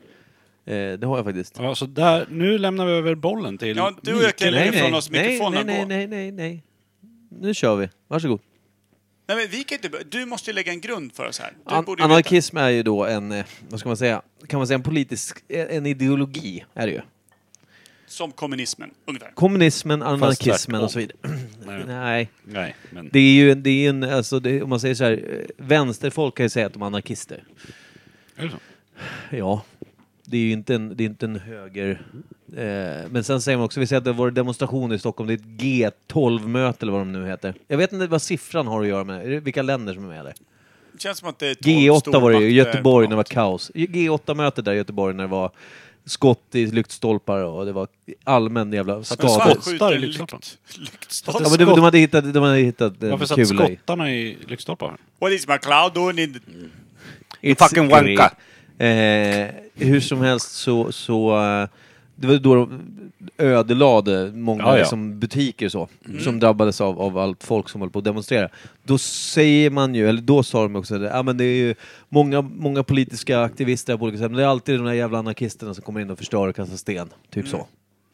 Eh, det har jag faktiskt. Ja, så där, nu lämnar vi över bollen till ja du och jag kan lägga ifrån oss nej, mikrofonen nej, och nej, gå. nej, nej, nej. Nu kör vi. Varsågod. Nej, men vi kan inte, börja. Du måste ju lägga en grund för oss här. Du An- borde ju veta. anarkism är ju då en, eh, vad ska man säga, kan man säga en politisk, en ideologi är det ju. Som kommunismen, ungefär. Kommunismen, anarkismen tvärtom. och så vidare. Nej. Nej, Nej, men... det är ju det är ju en, alltså det, om man säger så här, eh, vänsterfolk kan ju säga att de är anarkister. Är det så? Ja, det är ju inte en, det är inte en höger... Eh, men sen säger man också, vi säger att det var demonstrationer i Stockholm, det är ett G tolv-möte eller vad de nu heter. Jag vet inte vad siffran har att göra med, är det vilka länder som är med där. Det känns som att det är G åtta var det ju, i stormakter Göteborg på när det var något. kaos. G åtta-möte där i Göteborg när det var skott i lyktstolpar och det var allmän jävla Men skador. fan Skottar skjuter i lykt, lyktstolpar. lyktstolpar. Ja, men de, de hade hittat, de hade hittat en Varför satt kula i. skottarna i lyktstolpar? What is McLeod doing in the... It's fucking great. wanka. Eh, hur som helst så, så eh, det var då de ödelade många Ja, ja. liksom, butiker så, som drabbades av, av allt folk som höll på att demonstrera. Då säger man ju, eller då sa de också det, ja, men det är ju många, många politiska aktivister på olika sätt, men det är alltid de där jävla anarkisterna som kommer in och förstör och kastar sten, typ så.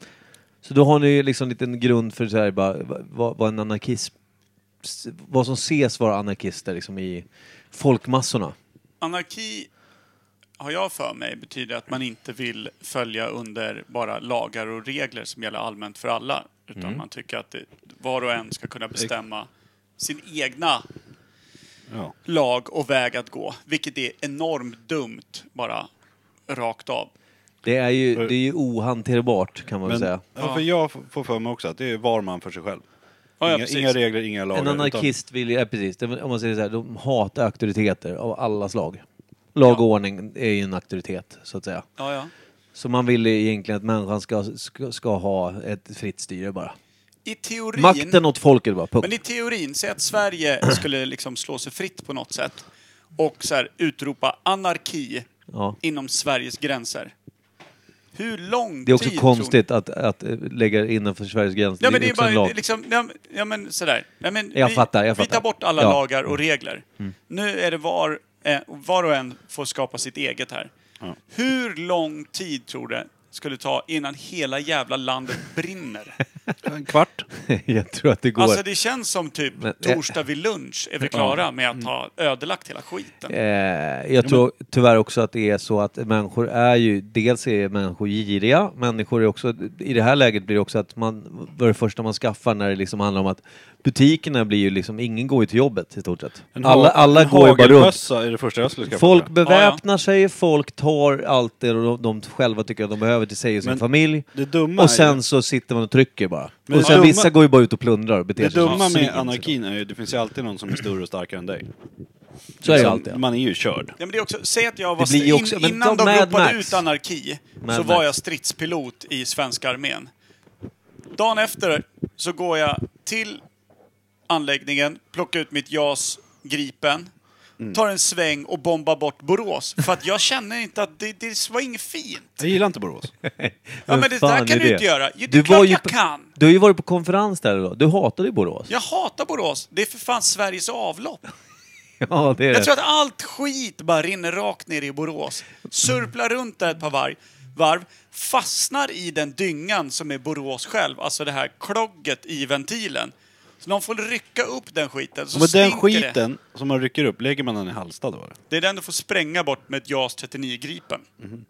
Så då har ni ju liksom en liten grund för så här, bara, vad, vad en anarkism, vad som ses vara anarkister liksom, i folkmassorna. Anarki, har jag för mig, betyder att man inte vill följa under bara lagar och regler som gäller allmänt för alla. Utan man tycker att det, var och en ska kunna bestämma sin egna Ja. lag och väg att gå. Vilket är enormt dumt, bara rakt av. Det är ju, det är ju ohanterbart kan man väl Men, säga. ja, för jag f- får för mig också att det är var man för sig själv. Ja, ja, Inga, precis. inga regler, inga lagar. En anarkist vill ju, ja, precis, det, om man säger så här, de hatar auktoriteter av alla slag. Lag och Ja. ordning är ju en auktoritet, så att säga. Ja, ja. Så man vill egentligen att människan ska, ska, ska ha ett fritt styre bara. I teorin... Makten åt folket bara, punkt. Men i teorin, säg att Sverige skulle liksom slå sig fritt på något sätt och så här utropa anarki Ja. inom Sveriges gränser. Hur lång Det är också tid konstigt att, att eh, lägga innanför Sveriges gränser. Ja men det är också en bara lag. liksom, ja, ja men sådär. Ja, men Jag vi, fattar, jag vi fattar. tar bort alla Ja. lagar och regler. Nu är det var, eh, var och en får skapa sitt eget här. Ja. Hur lång tid tror du skulle ta innan hela jävla landet brinner? En kvart. Jag tror att det går. Alltså det känns som typ Men- eh, torsdag vid lunch är vi klara med att ha ödelagt hela skiten. Eh, jag tror tyvärr också att det är så att människor är ju, dels är människor giriga, människor är också, i det här läget blir det också att man, vad det första man skaffar när det liksom handlar om att butikerna blir ju liksom, ingen går ju till jobbet i stort sett. En Alla, ha- alla en går ju bara runt. hagelbössa är det första jag skulle skaffa. Folk tror beväpnar sig, folk tar allt det de, de själva tycker att de behöver till sig och sin Men familj. jag. Det dumma Och är sen ju, så sitter man och trycker bara. Men och det sen dumma- vissa går ju bara ut och plundrar och beter det sig som dumma svin, med så. anarkin är ju, det finns ju alltid någon som är större och starkare än dig. Så är det Liksom, alltid. Man är ju körd. Ja, men det är också, säg att jag var Det blir ju in, också- men innan ta de Mad ropade Max. ut anarki Mad så var Max. jag stridspilot i svenska armén. Dagen efter så går jag till anläggningen, plockar ut mitt JAS Gripen, Mm. tar en sväng och bombar bort Borås. För att jag känner inte att det, det var inget fint. Jag gillar inte Borås. Ja, men det fan där kan är du det? inte göra. Jo, det Du är var klart ju jag på- kan. Du har ju varit på konferens där då. Du hatade ju Borås. Jag hatar Borås. Det är för fan Sveriges avlopp. Ja, det är Jag det. tror att allt skit bara rinner rakt ner i Borås. Surplar runt där ett par varv, varv, fastnar i den dyngan som är Borås själv, alltså det här klogget i ventilen. Så de får rycka upp den skiten, så Men den stinker det. skiten som man rycker upp, lägger man den i Halstad då? eller? Det är den du får spränga bort med ett JAS trettionio Gripen.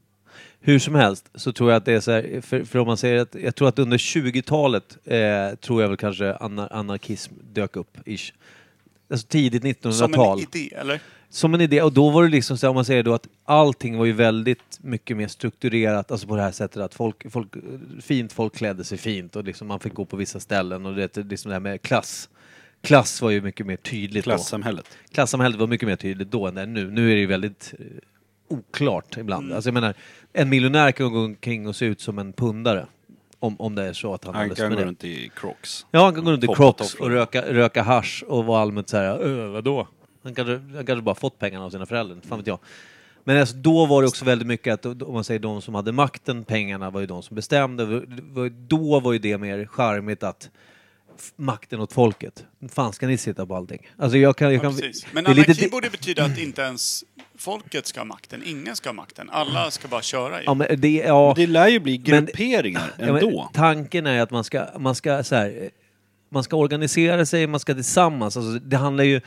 Hur som helst så tror jag att det är så här, för, för om man säger att, jag tror att under tjugotalet eh, tror jag väl kanske anar, anarkism dök upp, ish. Alltså tidigt Som nittonhundratal. en idé, eller? Som en idé, och då var det liksom så här, om man säger då att allting var ju väldigt mycket mer strukturerat, alltså på det här sättet att folk, folk fint folk klädde sig fint och liksom man fick gå på vissa ställen och det, liksom det här med klass. Klass var ju mycket mer tydligt då. Klassamhället. Klassamhället var mycket mer tydligt då än det är nu. Nu är det ju väldigt eh, oklart ibland. Mm. Alltså jag menar, en miljonär kan gå omkring och se ut som en pundare. Om, om det är så att han har Han lust kan med gå det. runt i Crocs. Ja, han kan gå runt i Foppatofflor. Crocs och röka, röka hasch och vara allmänt så här, öh, vadå? Han kanske, han kanske bara fått pengarna av sina föräldrar, fan vet jag. Men alltså, då var det också väldigt mycket att, om man säger de som hade makten, pengarna var ju de som bestämde. Då var ju det mer charmigt att f- makten åt folket. Fan ska ni sitta på allting? Alltså jag kan... Jag Ja, kan precis. Men det är lite- anarki borde betyda att inte ens folket ska ha makten. Ingen ska ha makten. Alla ska bara köra ju. Ja, men det, ja, Det lär ju bli Men- grupperingar Ja, men ändå. tanken är att man ska, man ska så här, man ska organisera sig, man ska tillsammans. Alltså, det handlar ju...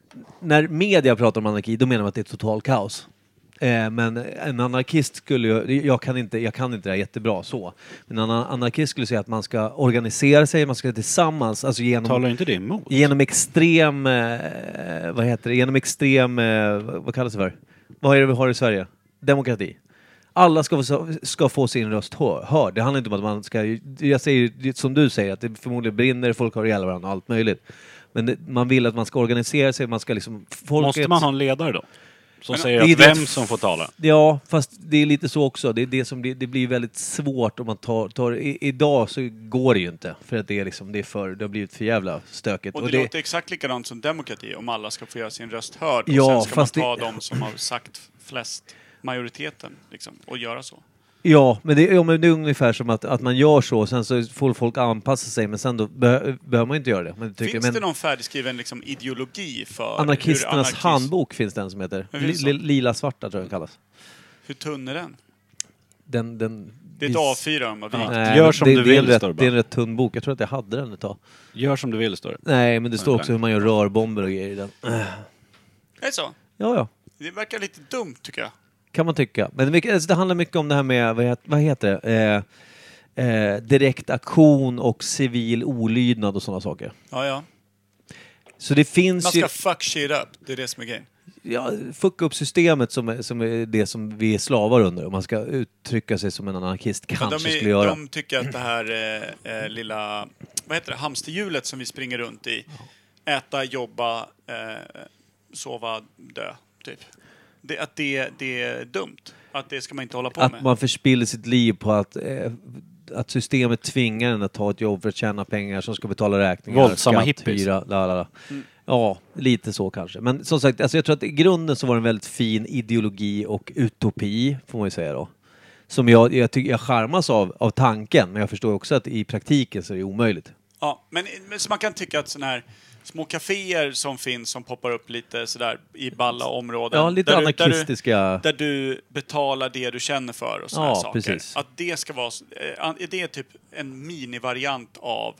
När media pratar om anarki, då menar man att det är total kaos. Eh, men en anarkist skulle ju... Jag kan inte, jag kan inte det här jättebra så. Men en anarkist skulle säga att man ska organisera sig, man ska tillsammans, alltså genom... Talar inte det emot? Genom extrem... Eh, vad heter det? Genom extrem... Eh, vad kallas det för? Vad är det vi har i Sverige? Demokrati. Alla ska få, ska få sin röst hör, hörd. Det handlar inte om att man ska... Jag säger som du säger, att det förmodligen brinner, folk har ihjäl varandra och allt möjligt. Men det, man vill att man ska organisera sig, man ska liksom... Folket, Måste man ha en ledare då? Som Men- säger Det är att det- vem som får tala? Ja, fast det är lite så också. Det, är det, som blir, det blir väldigt svårt om man tar... tar i, idag så går det ju inte. För att det är, liksom, det är för, det har blivit för jävla stökigt. Och det, låter exakt likadant som demokrati, om alla ska få göra sin röst hörd. Och Ja, sen ska man fast ta det- de som har sagt flest, majoriteten, liksom, och göra så. Ja, men det, ja, men det är ungefär som att, att man gör så, sen så får folk anpassa sig, men sen då be, behöver man inte göra det. Men det tycker, Finns men det någon färdigskriven liksom, ideologi för Anarkisternas hur, anarkis- handbok finns den som heter. Men finns Li, det? Lila-svarta tror jag den kallas. hur tunn är den? Den, den, Det är ett A fyra de har vikt. Nej, Gör men som det, du det är en vill, rätt, står det bara. det är en rätt tunn bok. Jag tror att jag hade den ett tag. Gör som du vill, står det. Nej, men det står Nej, också hur man gör rörbomber och grejer i den. Är det så? Ja, ja. Det verkar lite dumt, tycker jag. Kan man tycka. Men det, alltså, det handlar mycket om det här med, vad heter, vad heter det? Eh, eh, direkt aktion och civil olydnad och sådana saker. Ja, ja. Så det finns Man ju... ska fuck shit up, det är det som är grejen. Ja, fucka upp systemet som är, som är det som vi är slavar under. Om man ska uttrycka sig som en anarkist Men kanske de, skulle är, göra. de tycker att det här eh, eh, lilla, vad heter det, hamsterhjulet som vi springer runt i, äta, jobba, eh, sova, dö, typ. Det, att det, det är dumt. Att det ska man inte hålla på Att med. man förspiller sitt liv på att, eh, att systemet tvingar en att ta ett jobb för att tjäna pengar som ska betala räkningar. Våldsamma skatt, hippies. hyra, la, la, la. Mm. Ja, lite så kanske. Men som sagt, alltså jag tror att i grunden så var det en väldigt fin ideologi och utopi, får man ju säga då. Som jag, jag, tycker, jag charmas av, av tanken, men jag förstår också att i praktiken så är det omöjligt. Ja, men, men så man kan tycka att sådana här små kaféer som finst som poppar upp lite sådär i balla områden. Ja, lite där du, där, du, anarkistiska... där du betalar det du känner för och sådana Ja, här saker. precis. Att det ska vara, eh, är det typ en minivariant av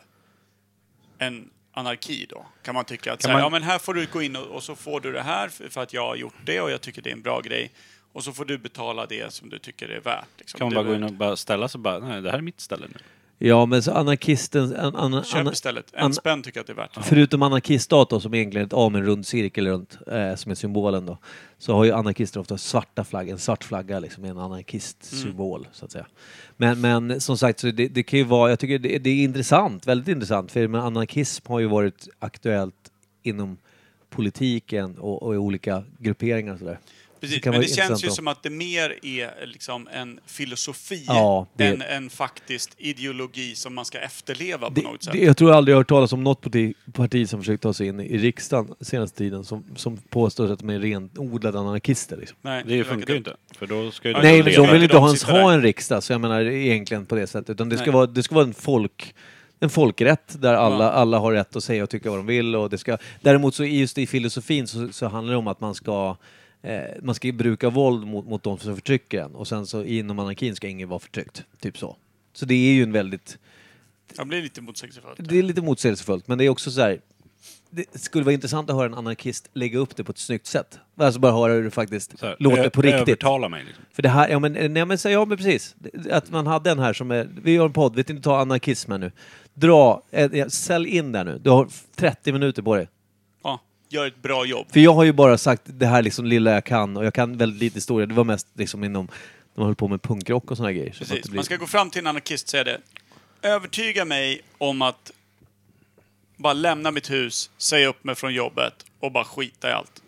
en anarki då? Kan man tycka att så här, man- ja men här får du gå in och, och så får du det här för, för att jag har gjort det och jag tycker det är en bra grej. Och så får du betala det som du tycker är värt. Liksom. Kan man Du bara gå är- in och bara ställa sig och bara, nej det här är mitt ställe nu. Ja, men så anarkisten... An, an, Köp an, istället. En an- spänn tycker jag att det är värt. Förutom anarkiststat då, som egentligen är ett A med en rund cirkel runt, eh, som är symbolen då, så har ju anarkister ofta svarta flagg, en svart flagga liksom, en anarkistsymbol, Mm. så att säga. Men, men som sagt, så det, det kan ju vara, jag tycker det, det är intressant, väldigt intressant, för men anarkism har ju varit aktuellt inom politiken och, och i olika grupperingar och sådär. Precis, kan men vara det känns ju intressant som att det mer är liksom en filosofi Ja, det- än en faktiskt ideologi som man ska efterleva på Det, något sätt. det, jag tror jag aldrig jag har hört talas om något parti, parti som försökt ta sig in i riksdagen senaste tiden som, som påstår att de är renodlade anarkister. Liksom. Nej, Det verkar funkar ju dumt. inte. För då ska ju Ja, Nej, det men är de det. vill inte De ha ens sitter ha där. en riksdag, så jag menar egentligen på det sättet. Utan det ska, Nej. vara, det ska vara en folk... En folkrätt där alla, Ja. alla har rätt att säga och tycka vad de vill. Och det ska, däremot så just i filosofin så, så handlar det om att man ska, eh, man ska bruka våld mot, mot de som förtrycker en. Och sen så inom anarkin ska ingen vara förtryckt. Typ så. Så det är ju en väldigt... Jag blir lite motsägelsefullt. Det är lite motsägelsefullt, men det är också så här. Det skulle vara intressant att höra en anarkist lägga upp det på ett snyggt sätt. Alltså bara höra hur det faktiskt Så här, låter ö- på riktigt. Övertala mig liksom. För det här, ja men, nej, men, så- ja, men precis. Att man hade en här som är, vi gör en podd, vi vet inte ta anarkismen nu. Dra, eh, sälj in där nu. Du har trettio minuter på dig. Ja, gör ett bra jobb. För jag har ju bara sagt det här liksom lilla jag kan, och jag kan väldigt lite historia. Det var mest liksom inom, de höll på med punkrock och såna grejer. Så att Precis. det blir- Man ska gå fram till en anarkist och säga det. Övertyga mig om att bara lämna mitt hus, säga upp mig från jobbet och bara skita i allt.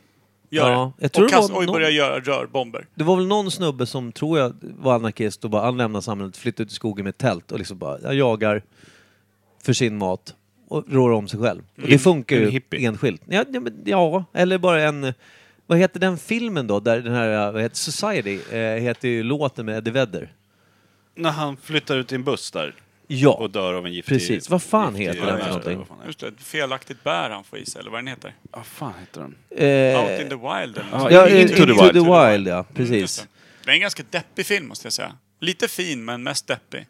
Gör Ja, det. jag tror och det var kast, och någon- börjar göra rörbomber. Det var väl någon snubbe som tror jag var anarkist och bara han lämnar samhället, flyttar ut i skogen med ett tält och liksom bara jag jagar för sin mat och rår om sig själv. Och det funkar en ju hippie. enskilt. Ja, ja, men, ja, eller bara en... Vad heter den filmen då? Där den här, vad heter Society, eh, heter ju låten med Eddie Vedder. När han flyttar ut i en buss där Ja, och dör av en giftig... precis. Vad fan giftig- heter den för Ja, någonting? vad fan är det? Just det, ett felaktigt bär han får i sig, eller vad den heter. Vad fan heter den? Eh, Out in the wild eller Ja, något. ja, Into Into, the the Wild. Wild, ja. Just Precis. det. Det är en ganska deppig film måste jag säga. Lite fin men mest deppig.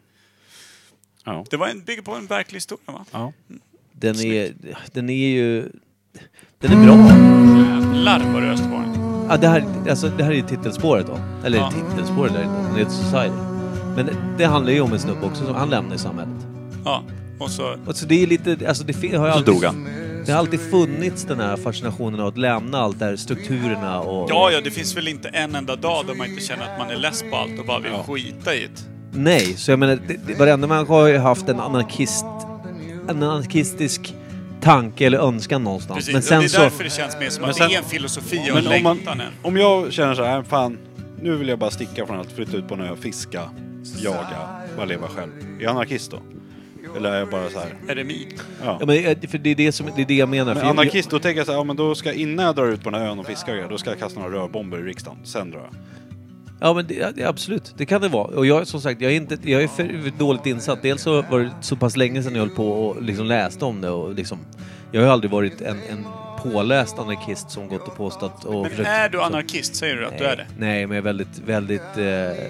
Ja. Det var en, bygger på en verklig historia va? Ja. Den är, den är ju... Den är bra. Jävlar vad röst var den. Ja, det här, alltså, det här är ju titelspåret då. Eller Ja. titelspåret där, det heter Society. Men det, det handlar ju om en snubbe också som han lämnar i samhället. Ja, och så... Och så det är lite, alltså det fi- har ju Så alltid, dog han. det har alltid funnits den här fascinationen av att lämna allt där, strukturerna och... Ja, ja, det finns väl inte en enda dag då man inte känner att man är less på allt och bara vill skita i det. Nej, så jag menar, det, det, varenda människa har ju haft en anarkist, en anarkistisk tanke eller önskan någonstans. Precis, Men och sen det är så... därför det känns mer som Men att sen- det är en filosofi och en Men om, man, längtan än. om jag känner så här, fan, nu vill jag bara sticka från att flytta ut på en ö, fiska, jaga, bara leva själv. Är jag anarkist då? Eller är jag bara så här? Eremit. Ja. Ja, men, eh, för det är det, som, det är det jag menar. Men För jag- anarkist, då tänker jag så här, ja men då ska, innan jag drar ut på den här ön och fiskar, då ska jag kasta några rörbomber i riksdagen. Sen drar jag. Ja, men det, ja, det, absolut. Det kan det vara. Och jag, som sagt, jag är, inte, jag är för dåligt insatt. Dels så var det så pass länge sedan jag höll på och liksom läste om det. Och liksom, jag har ju aldrig varit en, en påläst anarkist som gått och påstått och Men försökt- är du så- anarkist? Säger du att du är det? Nej, men jag är väldigt, väldigt... Eh,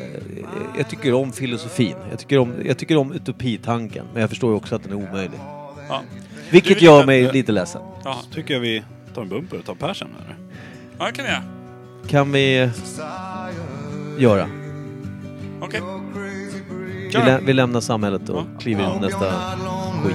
jag tycker om filosofin. Jag tycker om, jag tycker om utopitanken. Men jag förstår ju också att den är omöjlig. Ja. Vilket Du- gör mig lite ledsen. Ja, Tycker jag vi tar en bumper och tar Persson eller? ja det kan vi göra. Kan vi göra? Okej. Vi, lä- vi lämnar samhället och kliver in i nästa skit.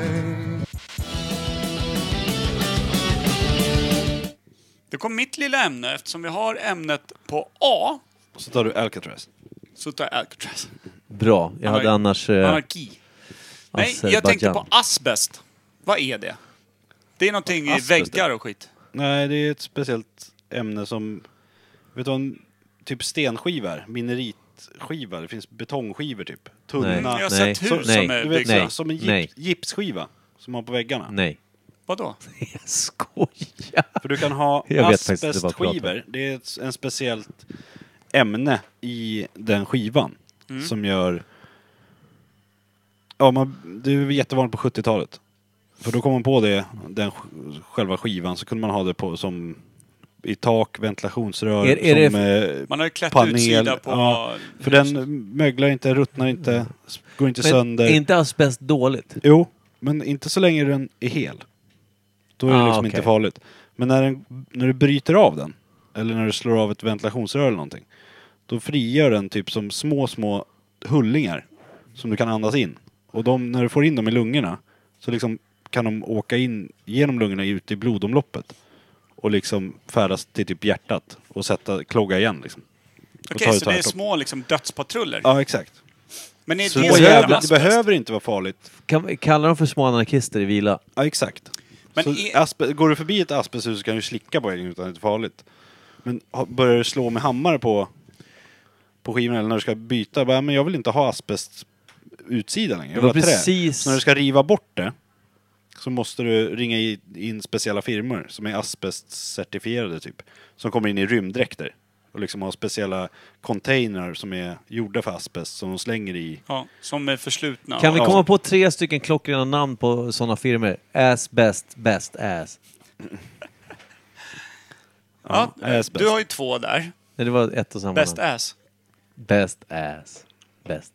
Det kom mitt lilla ämne. Eftersom vi har ämnet på A Och så tar du Alcatraz. så tar jag Alcatraz. Bra. Jag hade Anar- annars... Eh, Anarki. Nej, jag Azerbaijan. tänkte på asbest. Vad är det? Det är någonting i Asbest, väggar och skit. Nej, det är ett speciellt ämne som... Vet du vad en typ stenskiva är? Mineritskiva. Det finns betongskivor typ. Tunna. Nej. Jag har Nej. sett hus Nej. som är Du vet, byggda. Nej. som en gip, Nej. gipsskiva. Som man har på väggarna. Nej. Vadå? Jag skojar. För du kan ha Jag vet faktiskt inte vad jag pratar asbestskivor. Det är ett en speciellt ämne i den skivan. Mm. Som gör... Ja, man, det är jättevanligt på sjuttiotalet. För då kom man på det, den sk- själva skivan, så kunde man ha det på som i tak, ventilationsrör, Är- är som eh, Man har ju klätt panel. utsida på... Ja, för den möglar inte, ruttnar inte, s- går inte Men sönder. är inte asbest dåligt? Jo, men inte så länge den är hel. Då är det Ah, liksom okej. inte farligt. Men när, den, när du bryter av den, eller när du slår av ett ventilationsrör eller någonting, då frigör den typ som små, små hullingar som du kan andas in. Och de, när du får in dem i lungorna så liksom kan de åka in genom lungorna ut i blodomloppet och liksom färdas till typ hjärtat och sätta, klogga igen liksom. Och Okej, ta så det är tvärtom. små liksom dödspatruller? Ja, exakt. Men är Så det det, så behöver, jävla det asbest? behöver inte vara farligt. Kan vi kalla dem för små anarkister i vila? Ja, exakt. Men så är- aspe, går du förbi ett asbesthus så kan du slicka på väggen utan att det är farligt. Men ha- börjar du slå med hammare på, på skivan eller när du ska byta, bara, men jag vill inte ha asbest utsida längre. Jag Det vill var ha trä. precis- Så när du ska riva bort det så måste du ringa i- in speciella firmor som är asbestcertifierade typ. Som kommer in i rymddräkter. Och liksom har speciella container som är gjorda för asbest som de slänger i. Ja, som är förslutna. Kan vi Ja. komma på tre stycken klockrena namn på sådana firmor? Ass best, best ass. Ja, asbest. du har ju två där. Nej, det var ett och samma Best namn. ass. Best ass. Best.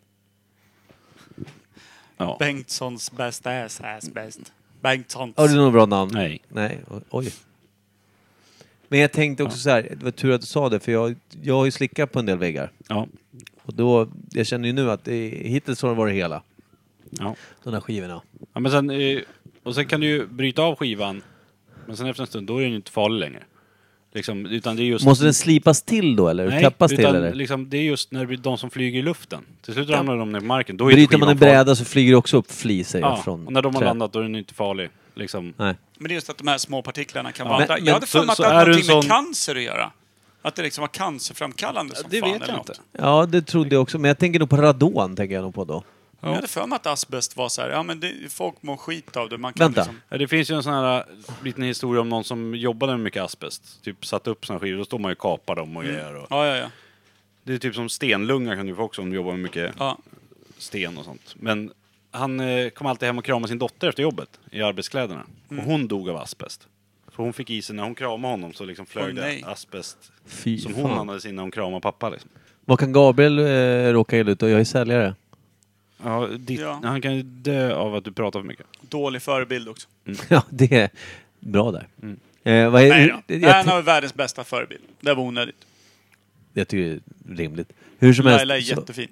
Ja. Bengtssons best ass, ass best. Bengtssons. Har du något bra namn? Nej. Nej, o- oj. Men jag tänkte också så här, det var tur att du sa det, för jag, jag har ju slickat på en del väggar. Ja. Och då, jag känner ju nu att det, hittills har det varit hela. Ja. De där skivorna. Ja, men sen, eh, och sen kan du ju bryta av skivan, men sen efter en stund, då är den ju inte farlig längre. Liksom, utan det är just... Måste den slipas till då, eller? Nej, Täppas till, utan eller? liksom, det är just när det blir de som flyger i luften. Till slut ramlar de ner på marken. Då är Bryter man skivan en bräda så flyger det också upp flisor farlig. Ja, från och när de har träd. landat då är den inte farlig. liksom... Nej. Men det är just att de här små partiklarna kan Ja. vandra. Men- Jag hade men för mig så- att så det är hade du någonting en med sån- cancer att göra. Att det liksom var cancerframkallande som Det fan vet eller jag något. inte. Ja, det trodde jag också. Men jag tänker nog på radon, tänker jag nog på då. Jag hade för mig att asbest var så här, ja men det, folk mår skit av det. Man kan Vänta. liksom... Ja, det finns ju en sån här liten historia om någon som jobbade med mycket asbest. Typ satt upp såna skivor, då står man ju och kapar dem och grejer. Och Ja, ja, ja. det är typ som stenlunga kan du få också om du jobbar med mycket ja. sten och sånt. Men han eh, kom alltid hem och kramade sin dotter efter jobbet i arbetskläderna. Mm. Och hon dog av asbest. För hon fick i sig, när hon kramade honom så liksom flög Åh, det nej. asbest Fy som hon fan. andades in när hon kramade pappa liksom. Vad kan Gabriel eh, råka illa ut och jag är säljare? Ja, ditt, Ja. Han kan ju dö av att du pratar för mycket. Dålig förebild också. Ja, det är bra där. Mm. Eh, vad är, Nej då. jag, Nej, han jag, har världens bästa förebild. Det var onödigt. jag tycker det är rimligt. Hur som helst. Laila är så- jättefin.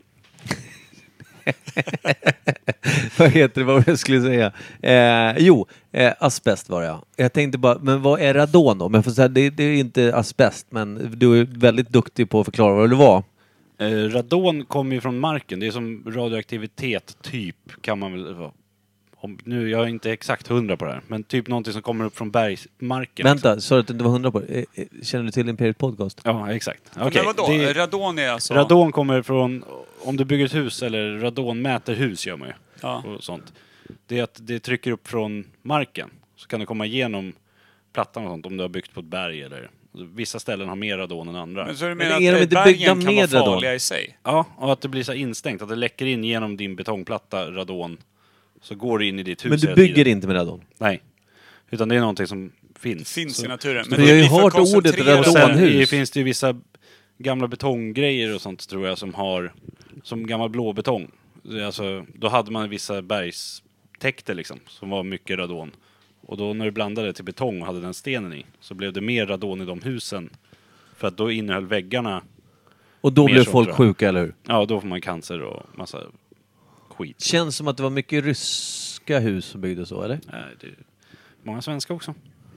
Vad heter det, vad jag skulle säga? Eh, jo, eh, asbest var det ja. Jag tänkte bara, men vad är radon då? Men för så här, det, det är inte asbest, men du är väldigt duktig på att förklara vad det var. Eh, radon kommer ju från marken. Det är som radioaktivitet, typ, kan man väl... Om, nu, jag är inte exakt hundra på det här, men typ någonting som kommer upp från bergsmarken. Vänta, sa du att du inte var hundra på det? Eh, eh, Känner du till Imperiet Podcast? Ja, exakt. Okej, Men vadå? det- Radon är alltså... Radon kommer från, om du bygger ett hus, eller radonmäter hus gör man ju. Ja. Och sånt. Det är att det trycker upp från marken. Så kan det komma igenom plattan och sånt om du har byggt på ett berg eller... Vissa ställen har mer radon än andra. Men så du Men menar är de att inte eh, byggda bergen kan med vara radon? farliga i sig? Ja, och att det blir så här instängt, att det läcker in genom din betongplatta, radon. Så går det in i ditt hus Men du hela bygger tiden. inte med radon? Nej. Utan det är någonting som finns. Finns så, i naturen. Men det vi har ju blir för hört ordet koncentrerat. Och sen radonhus. i- finns det ju vissa gamla betonggrejer och sånt tror jag som har, som gammal blåbetong. Det är Alltså, då hade man vissa bergstäkter liksom, som var mycket radon. Och då när du blandade det till betong och hade den stenen i, så blev det mer radon i de husen. För att då innehöll väggarna, Och då Mer blev sånt, folk tror jag. sjuka, eller hur? ja då får man cancer och massa skit. Känns som att det var mycket ryska hus som byggdes så, eller? Nej, det är många svenska också.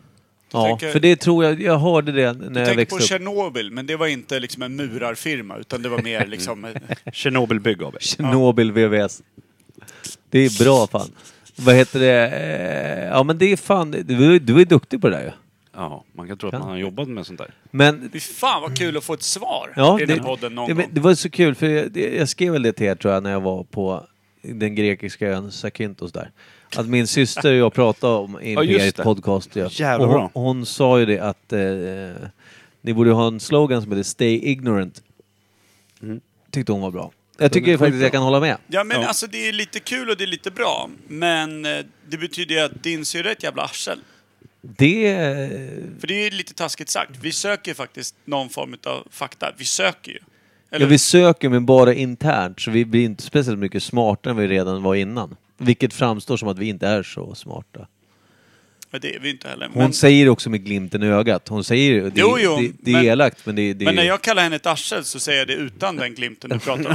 Ja, tänker- för det tror jag, jag hörde det när Jag jag tänker växte på upp. Tjernobyl, men det var inte liksom en murarfirma, utan det var mer liksom... eh, Tjernobyl Bygg A B. Tjernobyl V V S. Det är bra fan. Vad heter det? Eh, Ja men det är fan, du, du är duktig på det där ju. Ja, man kan tro att Kan. man har jobbat med sånt där. Men Fy fan vad kul att få ett svar ja, i den det, här podden någon det, gång. det var så kul för jag, det, jag skrev väl det till er tror jag när jag var på den grekiska ön Zakynthos där. Att min syster och jag pratade om i Ja, just Imperiet det. podcast. Ja. Jävla och bra. hon, hon sa ju det att eh, ni borde ha en slogan som heter Stay ignorant. Mm. Tyckte hon var bra. Jag tycker är faktiskt sjukt jag kan hålla med. Ja men Ja. alltså det är lite kul och det är lite bra. Men eh, det betyder ju att din syrra är ett jävla arsel. Det... För det är ju lite taskigt sagt. Vi söker ju faktiskt någon form av fakta. Vi söker ju. Ja, vi söker men bara internt, så vi blir inte speciellt mycket smartare än vi redan var innan. Vilket framstår som att vi inte är så smarta. Ja, det är vi inte heller. Hon Men, säger också med glimten i ögat. Hon säger det, Jo, jo, det, det är men- elakt, men det, det men när jag kallar henne ett arsel så säger jag det utan den glimten du pratar om.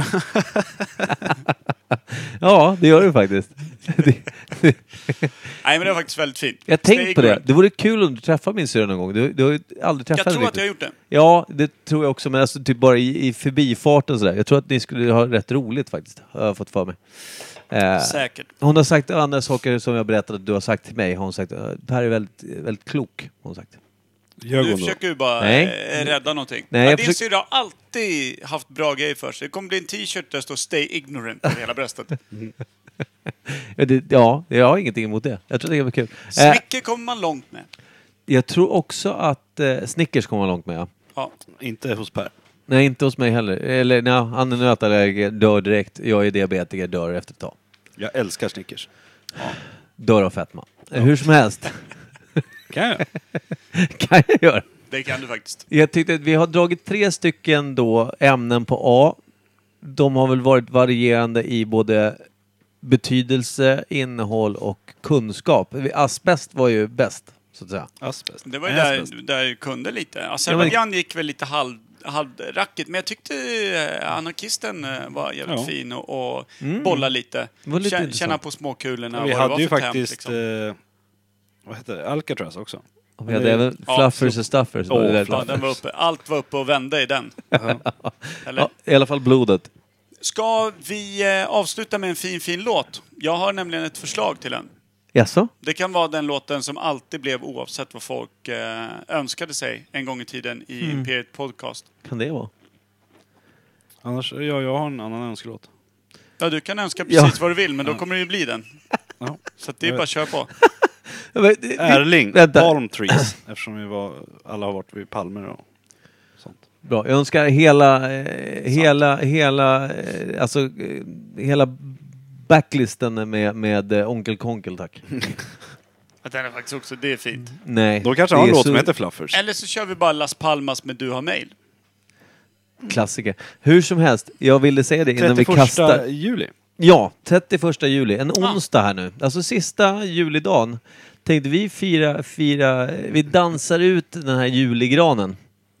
Ja, det gör du faktiskt. det, Nej men det var faktiskt väldigt fint. jag Stay tänkte på det. ignorant. Det vore kul om du träffade min syrra någon gång. Du, du har ju aldrig träffat Jag henne tror att riktigt. jag har gjort det. Ja, det tror jag också. Men alltså typ bara i, i förbifarten sådär. Jag tror att ni skulle ha rätt roligt faktiskt. Har jag fått för mig. Eh, Säkert. hon har sagt andra saker som jag berättade att du har sagt till mig. Hon har sagt att Per är väldigt, väldigt klok. Hon har sagt. Ljög Du hon då? försöker ju bara Nej. eh, rädda någonting. Nej, ja, jag din försöker- syrra har alltid haft bra grejer för sig. Det kommer bli en t-shirt där det står Stay ignorant på hela bröstet. Ja, det, ja, jag har ingenting emot det. Jag tror det är kul. Eh, Snicker kommer man långt med. jag tror också att eh, Snickers kommer långt med. Ja. Ja. Inte hos Per. Nej, inte hos mig heller. Eller nej, han är nötallergiker, dör direkt. Jag är diabetiker, dör efter ett tag. Jag älskar Snickers. Dör av fetma. Eh, Hur som helst. Kan jag? Kan jag göra. Det kan du faktiskt. Jag tyckte att vi har dragit tre stycken då ämnen på A. De har väl varit varierande i både betydelse, innehåll och kunskap. Asbest var ju bäst, så att säga. Asbest. Det var ju Asbest. där, där jag kunde lite. Azerbajdzjan gick väl lite halv, halvrackigt, men jag tyckte eh, anarkisten eh, var jävligt Ja. fin och, och bolla lite. Det var lite Känna, intressant. känna på småkulorna. Vi vad det hade var ju för temp, faktiskt, liksom. eh, vad heter det, Alcatraz också. Och vi hade även Ja, fluffers och stuffers. Åh, var det där. Ja, den var uppe. Allt var uppe och vände i den. Eller? Ja, i alla fall blodet. Ska vi eh, avsluta med en fin, fin låt? Jag har nämligen ett förslag till den. Jaså? Det kan vara den låten som alltid blev oavsett vad folk eh, önskade sig en gång i tiden i Mm. Imperiet Podcast. Kan det vara? Annars, ja, jag har en annan önskelåt. Ja, du kan önska precis Ja. vad du vill, men då kommer det ju bli den. Ja. Så att det är bara att köra på. Erling, Vänta. Palm Trees. Eftersom vi var, alla har varit vid palmer och sånt. Bra, jag önskar hela, eh, hela, hela, eh, alltså eh, hela backlisten med, med eh, Onkel Konkel, tack. Att den är faktiskt också, det är fint. Nej. Då kanske det han har är en låt så som heter Fluffers. Eller så kör vi bara Las Palmas med Du har mail. klassiker. Hur som helst, jag ville säga det innan vi kastar... trettioförsta juli. Ja, trettioförsta juli. En onsdag här nu. Alltså sista julidagen. Tänkte vi fira, fira, vi dansar ut den här juligranen.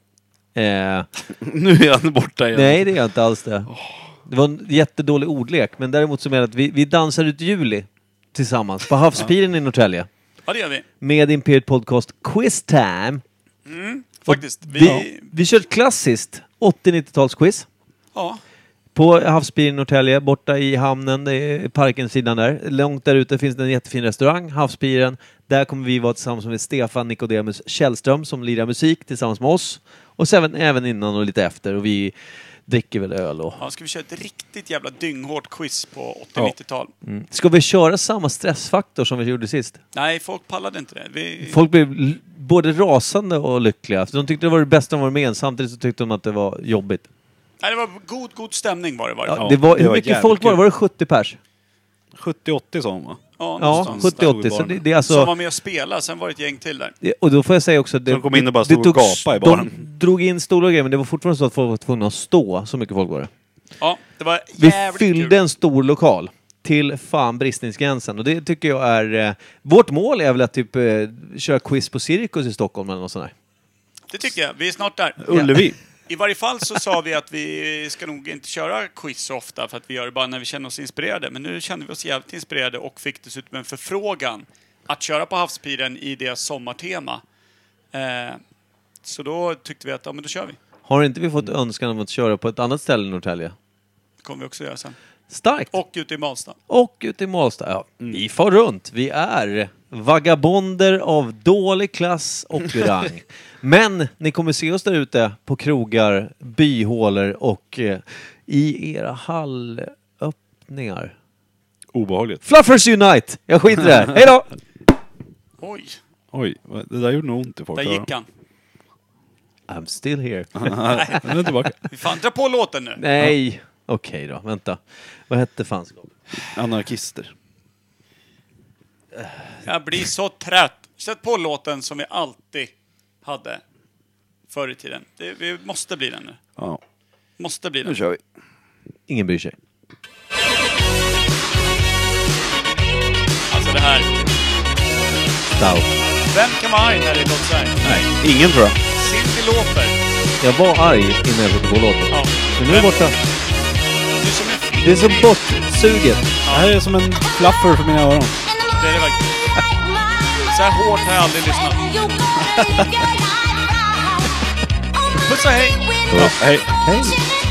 Eh, Nu är han borta igen. nej, det är inte alls det. Det var en jättedålig ordlek, men däremot så menar jag att vi, vi dansar ut juli tillsammans på Havspiren i Norrtälje. Ja, det gör vi. Med Imperiet Podcast Quiz Time. Faktiskt. Vi, Vi, vi kör ett klassiskt åttio-nittio-talsquiz. ja. På Havspiren i Norrtälje, borta i hamnen, det är parkens sidan där. Långt där ute finns det en jättefin restaurang, Havspiren. Där kommer vi vara tillsammans med Stefan Nikodemus Källström som lirar musik tillsammans med oss. Och sen även innan och lite efter. Och vi dricker väl öl och... Ja, ska vi köra ett riktigt jävla dynghårt quiz på åttio-nittio-tal? Mm. Ska vi köra samma stressfaktor som vi gjorde sist? Nej, folk pallade inte det. Vi... Folk blev l- både rasande och lyckliga. De tyckte det var det bästa de var med, samtidigt så tyckte de att det var jobbigt. Nej, det var god, god stämning var det i varje Ja, fall. det var, det hur var mycket jävligt folk var det? kul. Var det sjuttio pers? sjuttio åttio sa hon, va? Ja, Ja, någonstans där. sjuttio åttio. Så det, det är Som alltså... var med och spelade, sen var det ett gäng till där. Det- Och då får jag säga också att det, Som kom in och bara det stod och gapade i baren. De drog in stora grejer, men det var fortfarande så att folk var tvungna att stå. Så mycket folk var det. Ja, det var Vi jävligt fyllde kul. en stor lokal till fan bristningsgränsen. Och det tycker jag är... Eh, vårt mål är väl att typ eh, köra quiz på Cirkus i Stockholm eller något sånt där. Det tycker jag. Vi är snart där. Ullevi. I varje fall så sa vi att vi ska nog inte köra quiz så ofta för att vi gör det bara när vi känner oss inspirerade. Men nu känner vi oss jävligt inspirerade och fick dessutom en förfrågan att köra på Havspiren i deras sommartema. Eh, så då tyckte vi att ja, men då kör vi. Har inte vi fått önskan om att köra på ett annat ställe i Norrtälje? Det kommer vi också göra sen. Starkt! Och ute i Malsta. Och ute i Malsta. Ja, vi far runt. Vi är vagabonder av dålig klass och rang. Men ni kommer se oss där ute på krogar, byhålor och eh, i era hallöppningar. Obehagligt. Fluffers Unite! Jag skiter i det här. Hej då! Oj, Oj, vad- det där gjorde nog ont i folk. där gick han. I'm still here. Han är tillbaka. Vi fan, dra på låten nu. Nej. Okej då, vänta. Vad hette fanskap? Anarkister. Jag blir så trött. Sätt på låten som vi alltid hade förr i tiden. Det, vi måste bli den nu. Ja, Måste bli nu den. kör vi. Ingen bryr sig. Alltså det här. Stout. Vem kan vara arg när det låter så här? Nej, ingen tror jag. Cyndi Lauper. Jag var arg innan jag satte på låten. Ja. Men nu är det borta. Du som är Det är som bortsuget. Det här är som en fluffer för mina öron. Det är det verkligen. Så här hårt har jag aldrig lyssnat. Puss och hej! Ja, hej. Hej!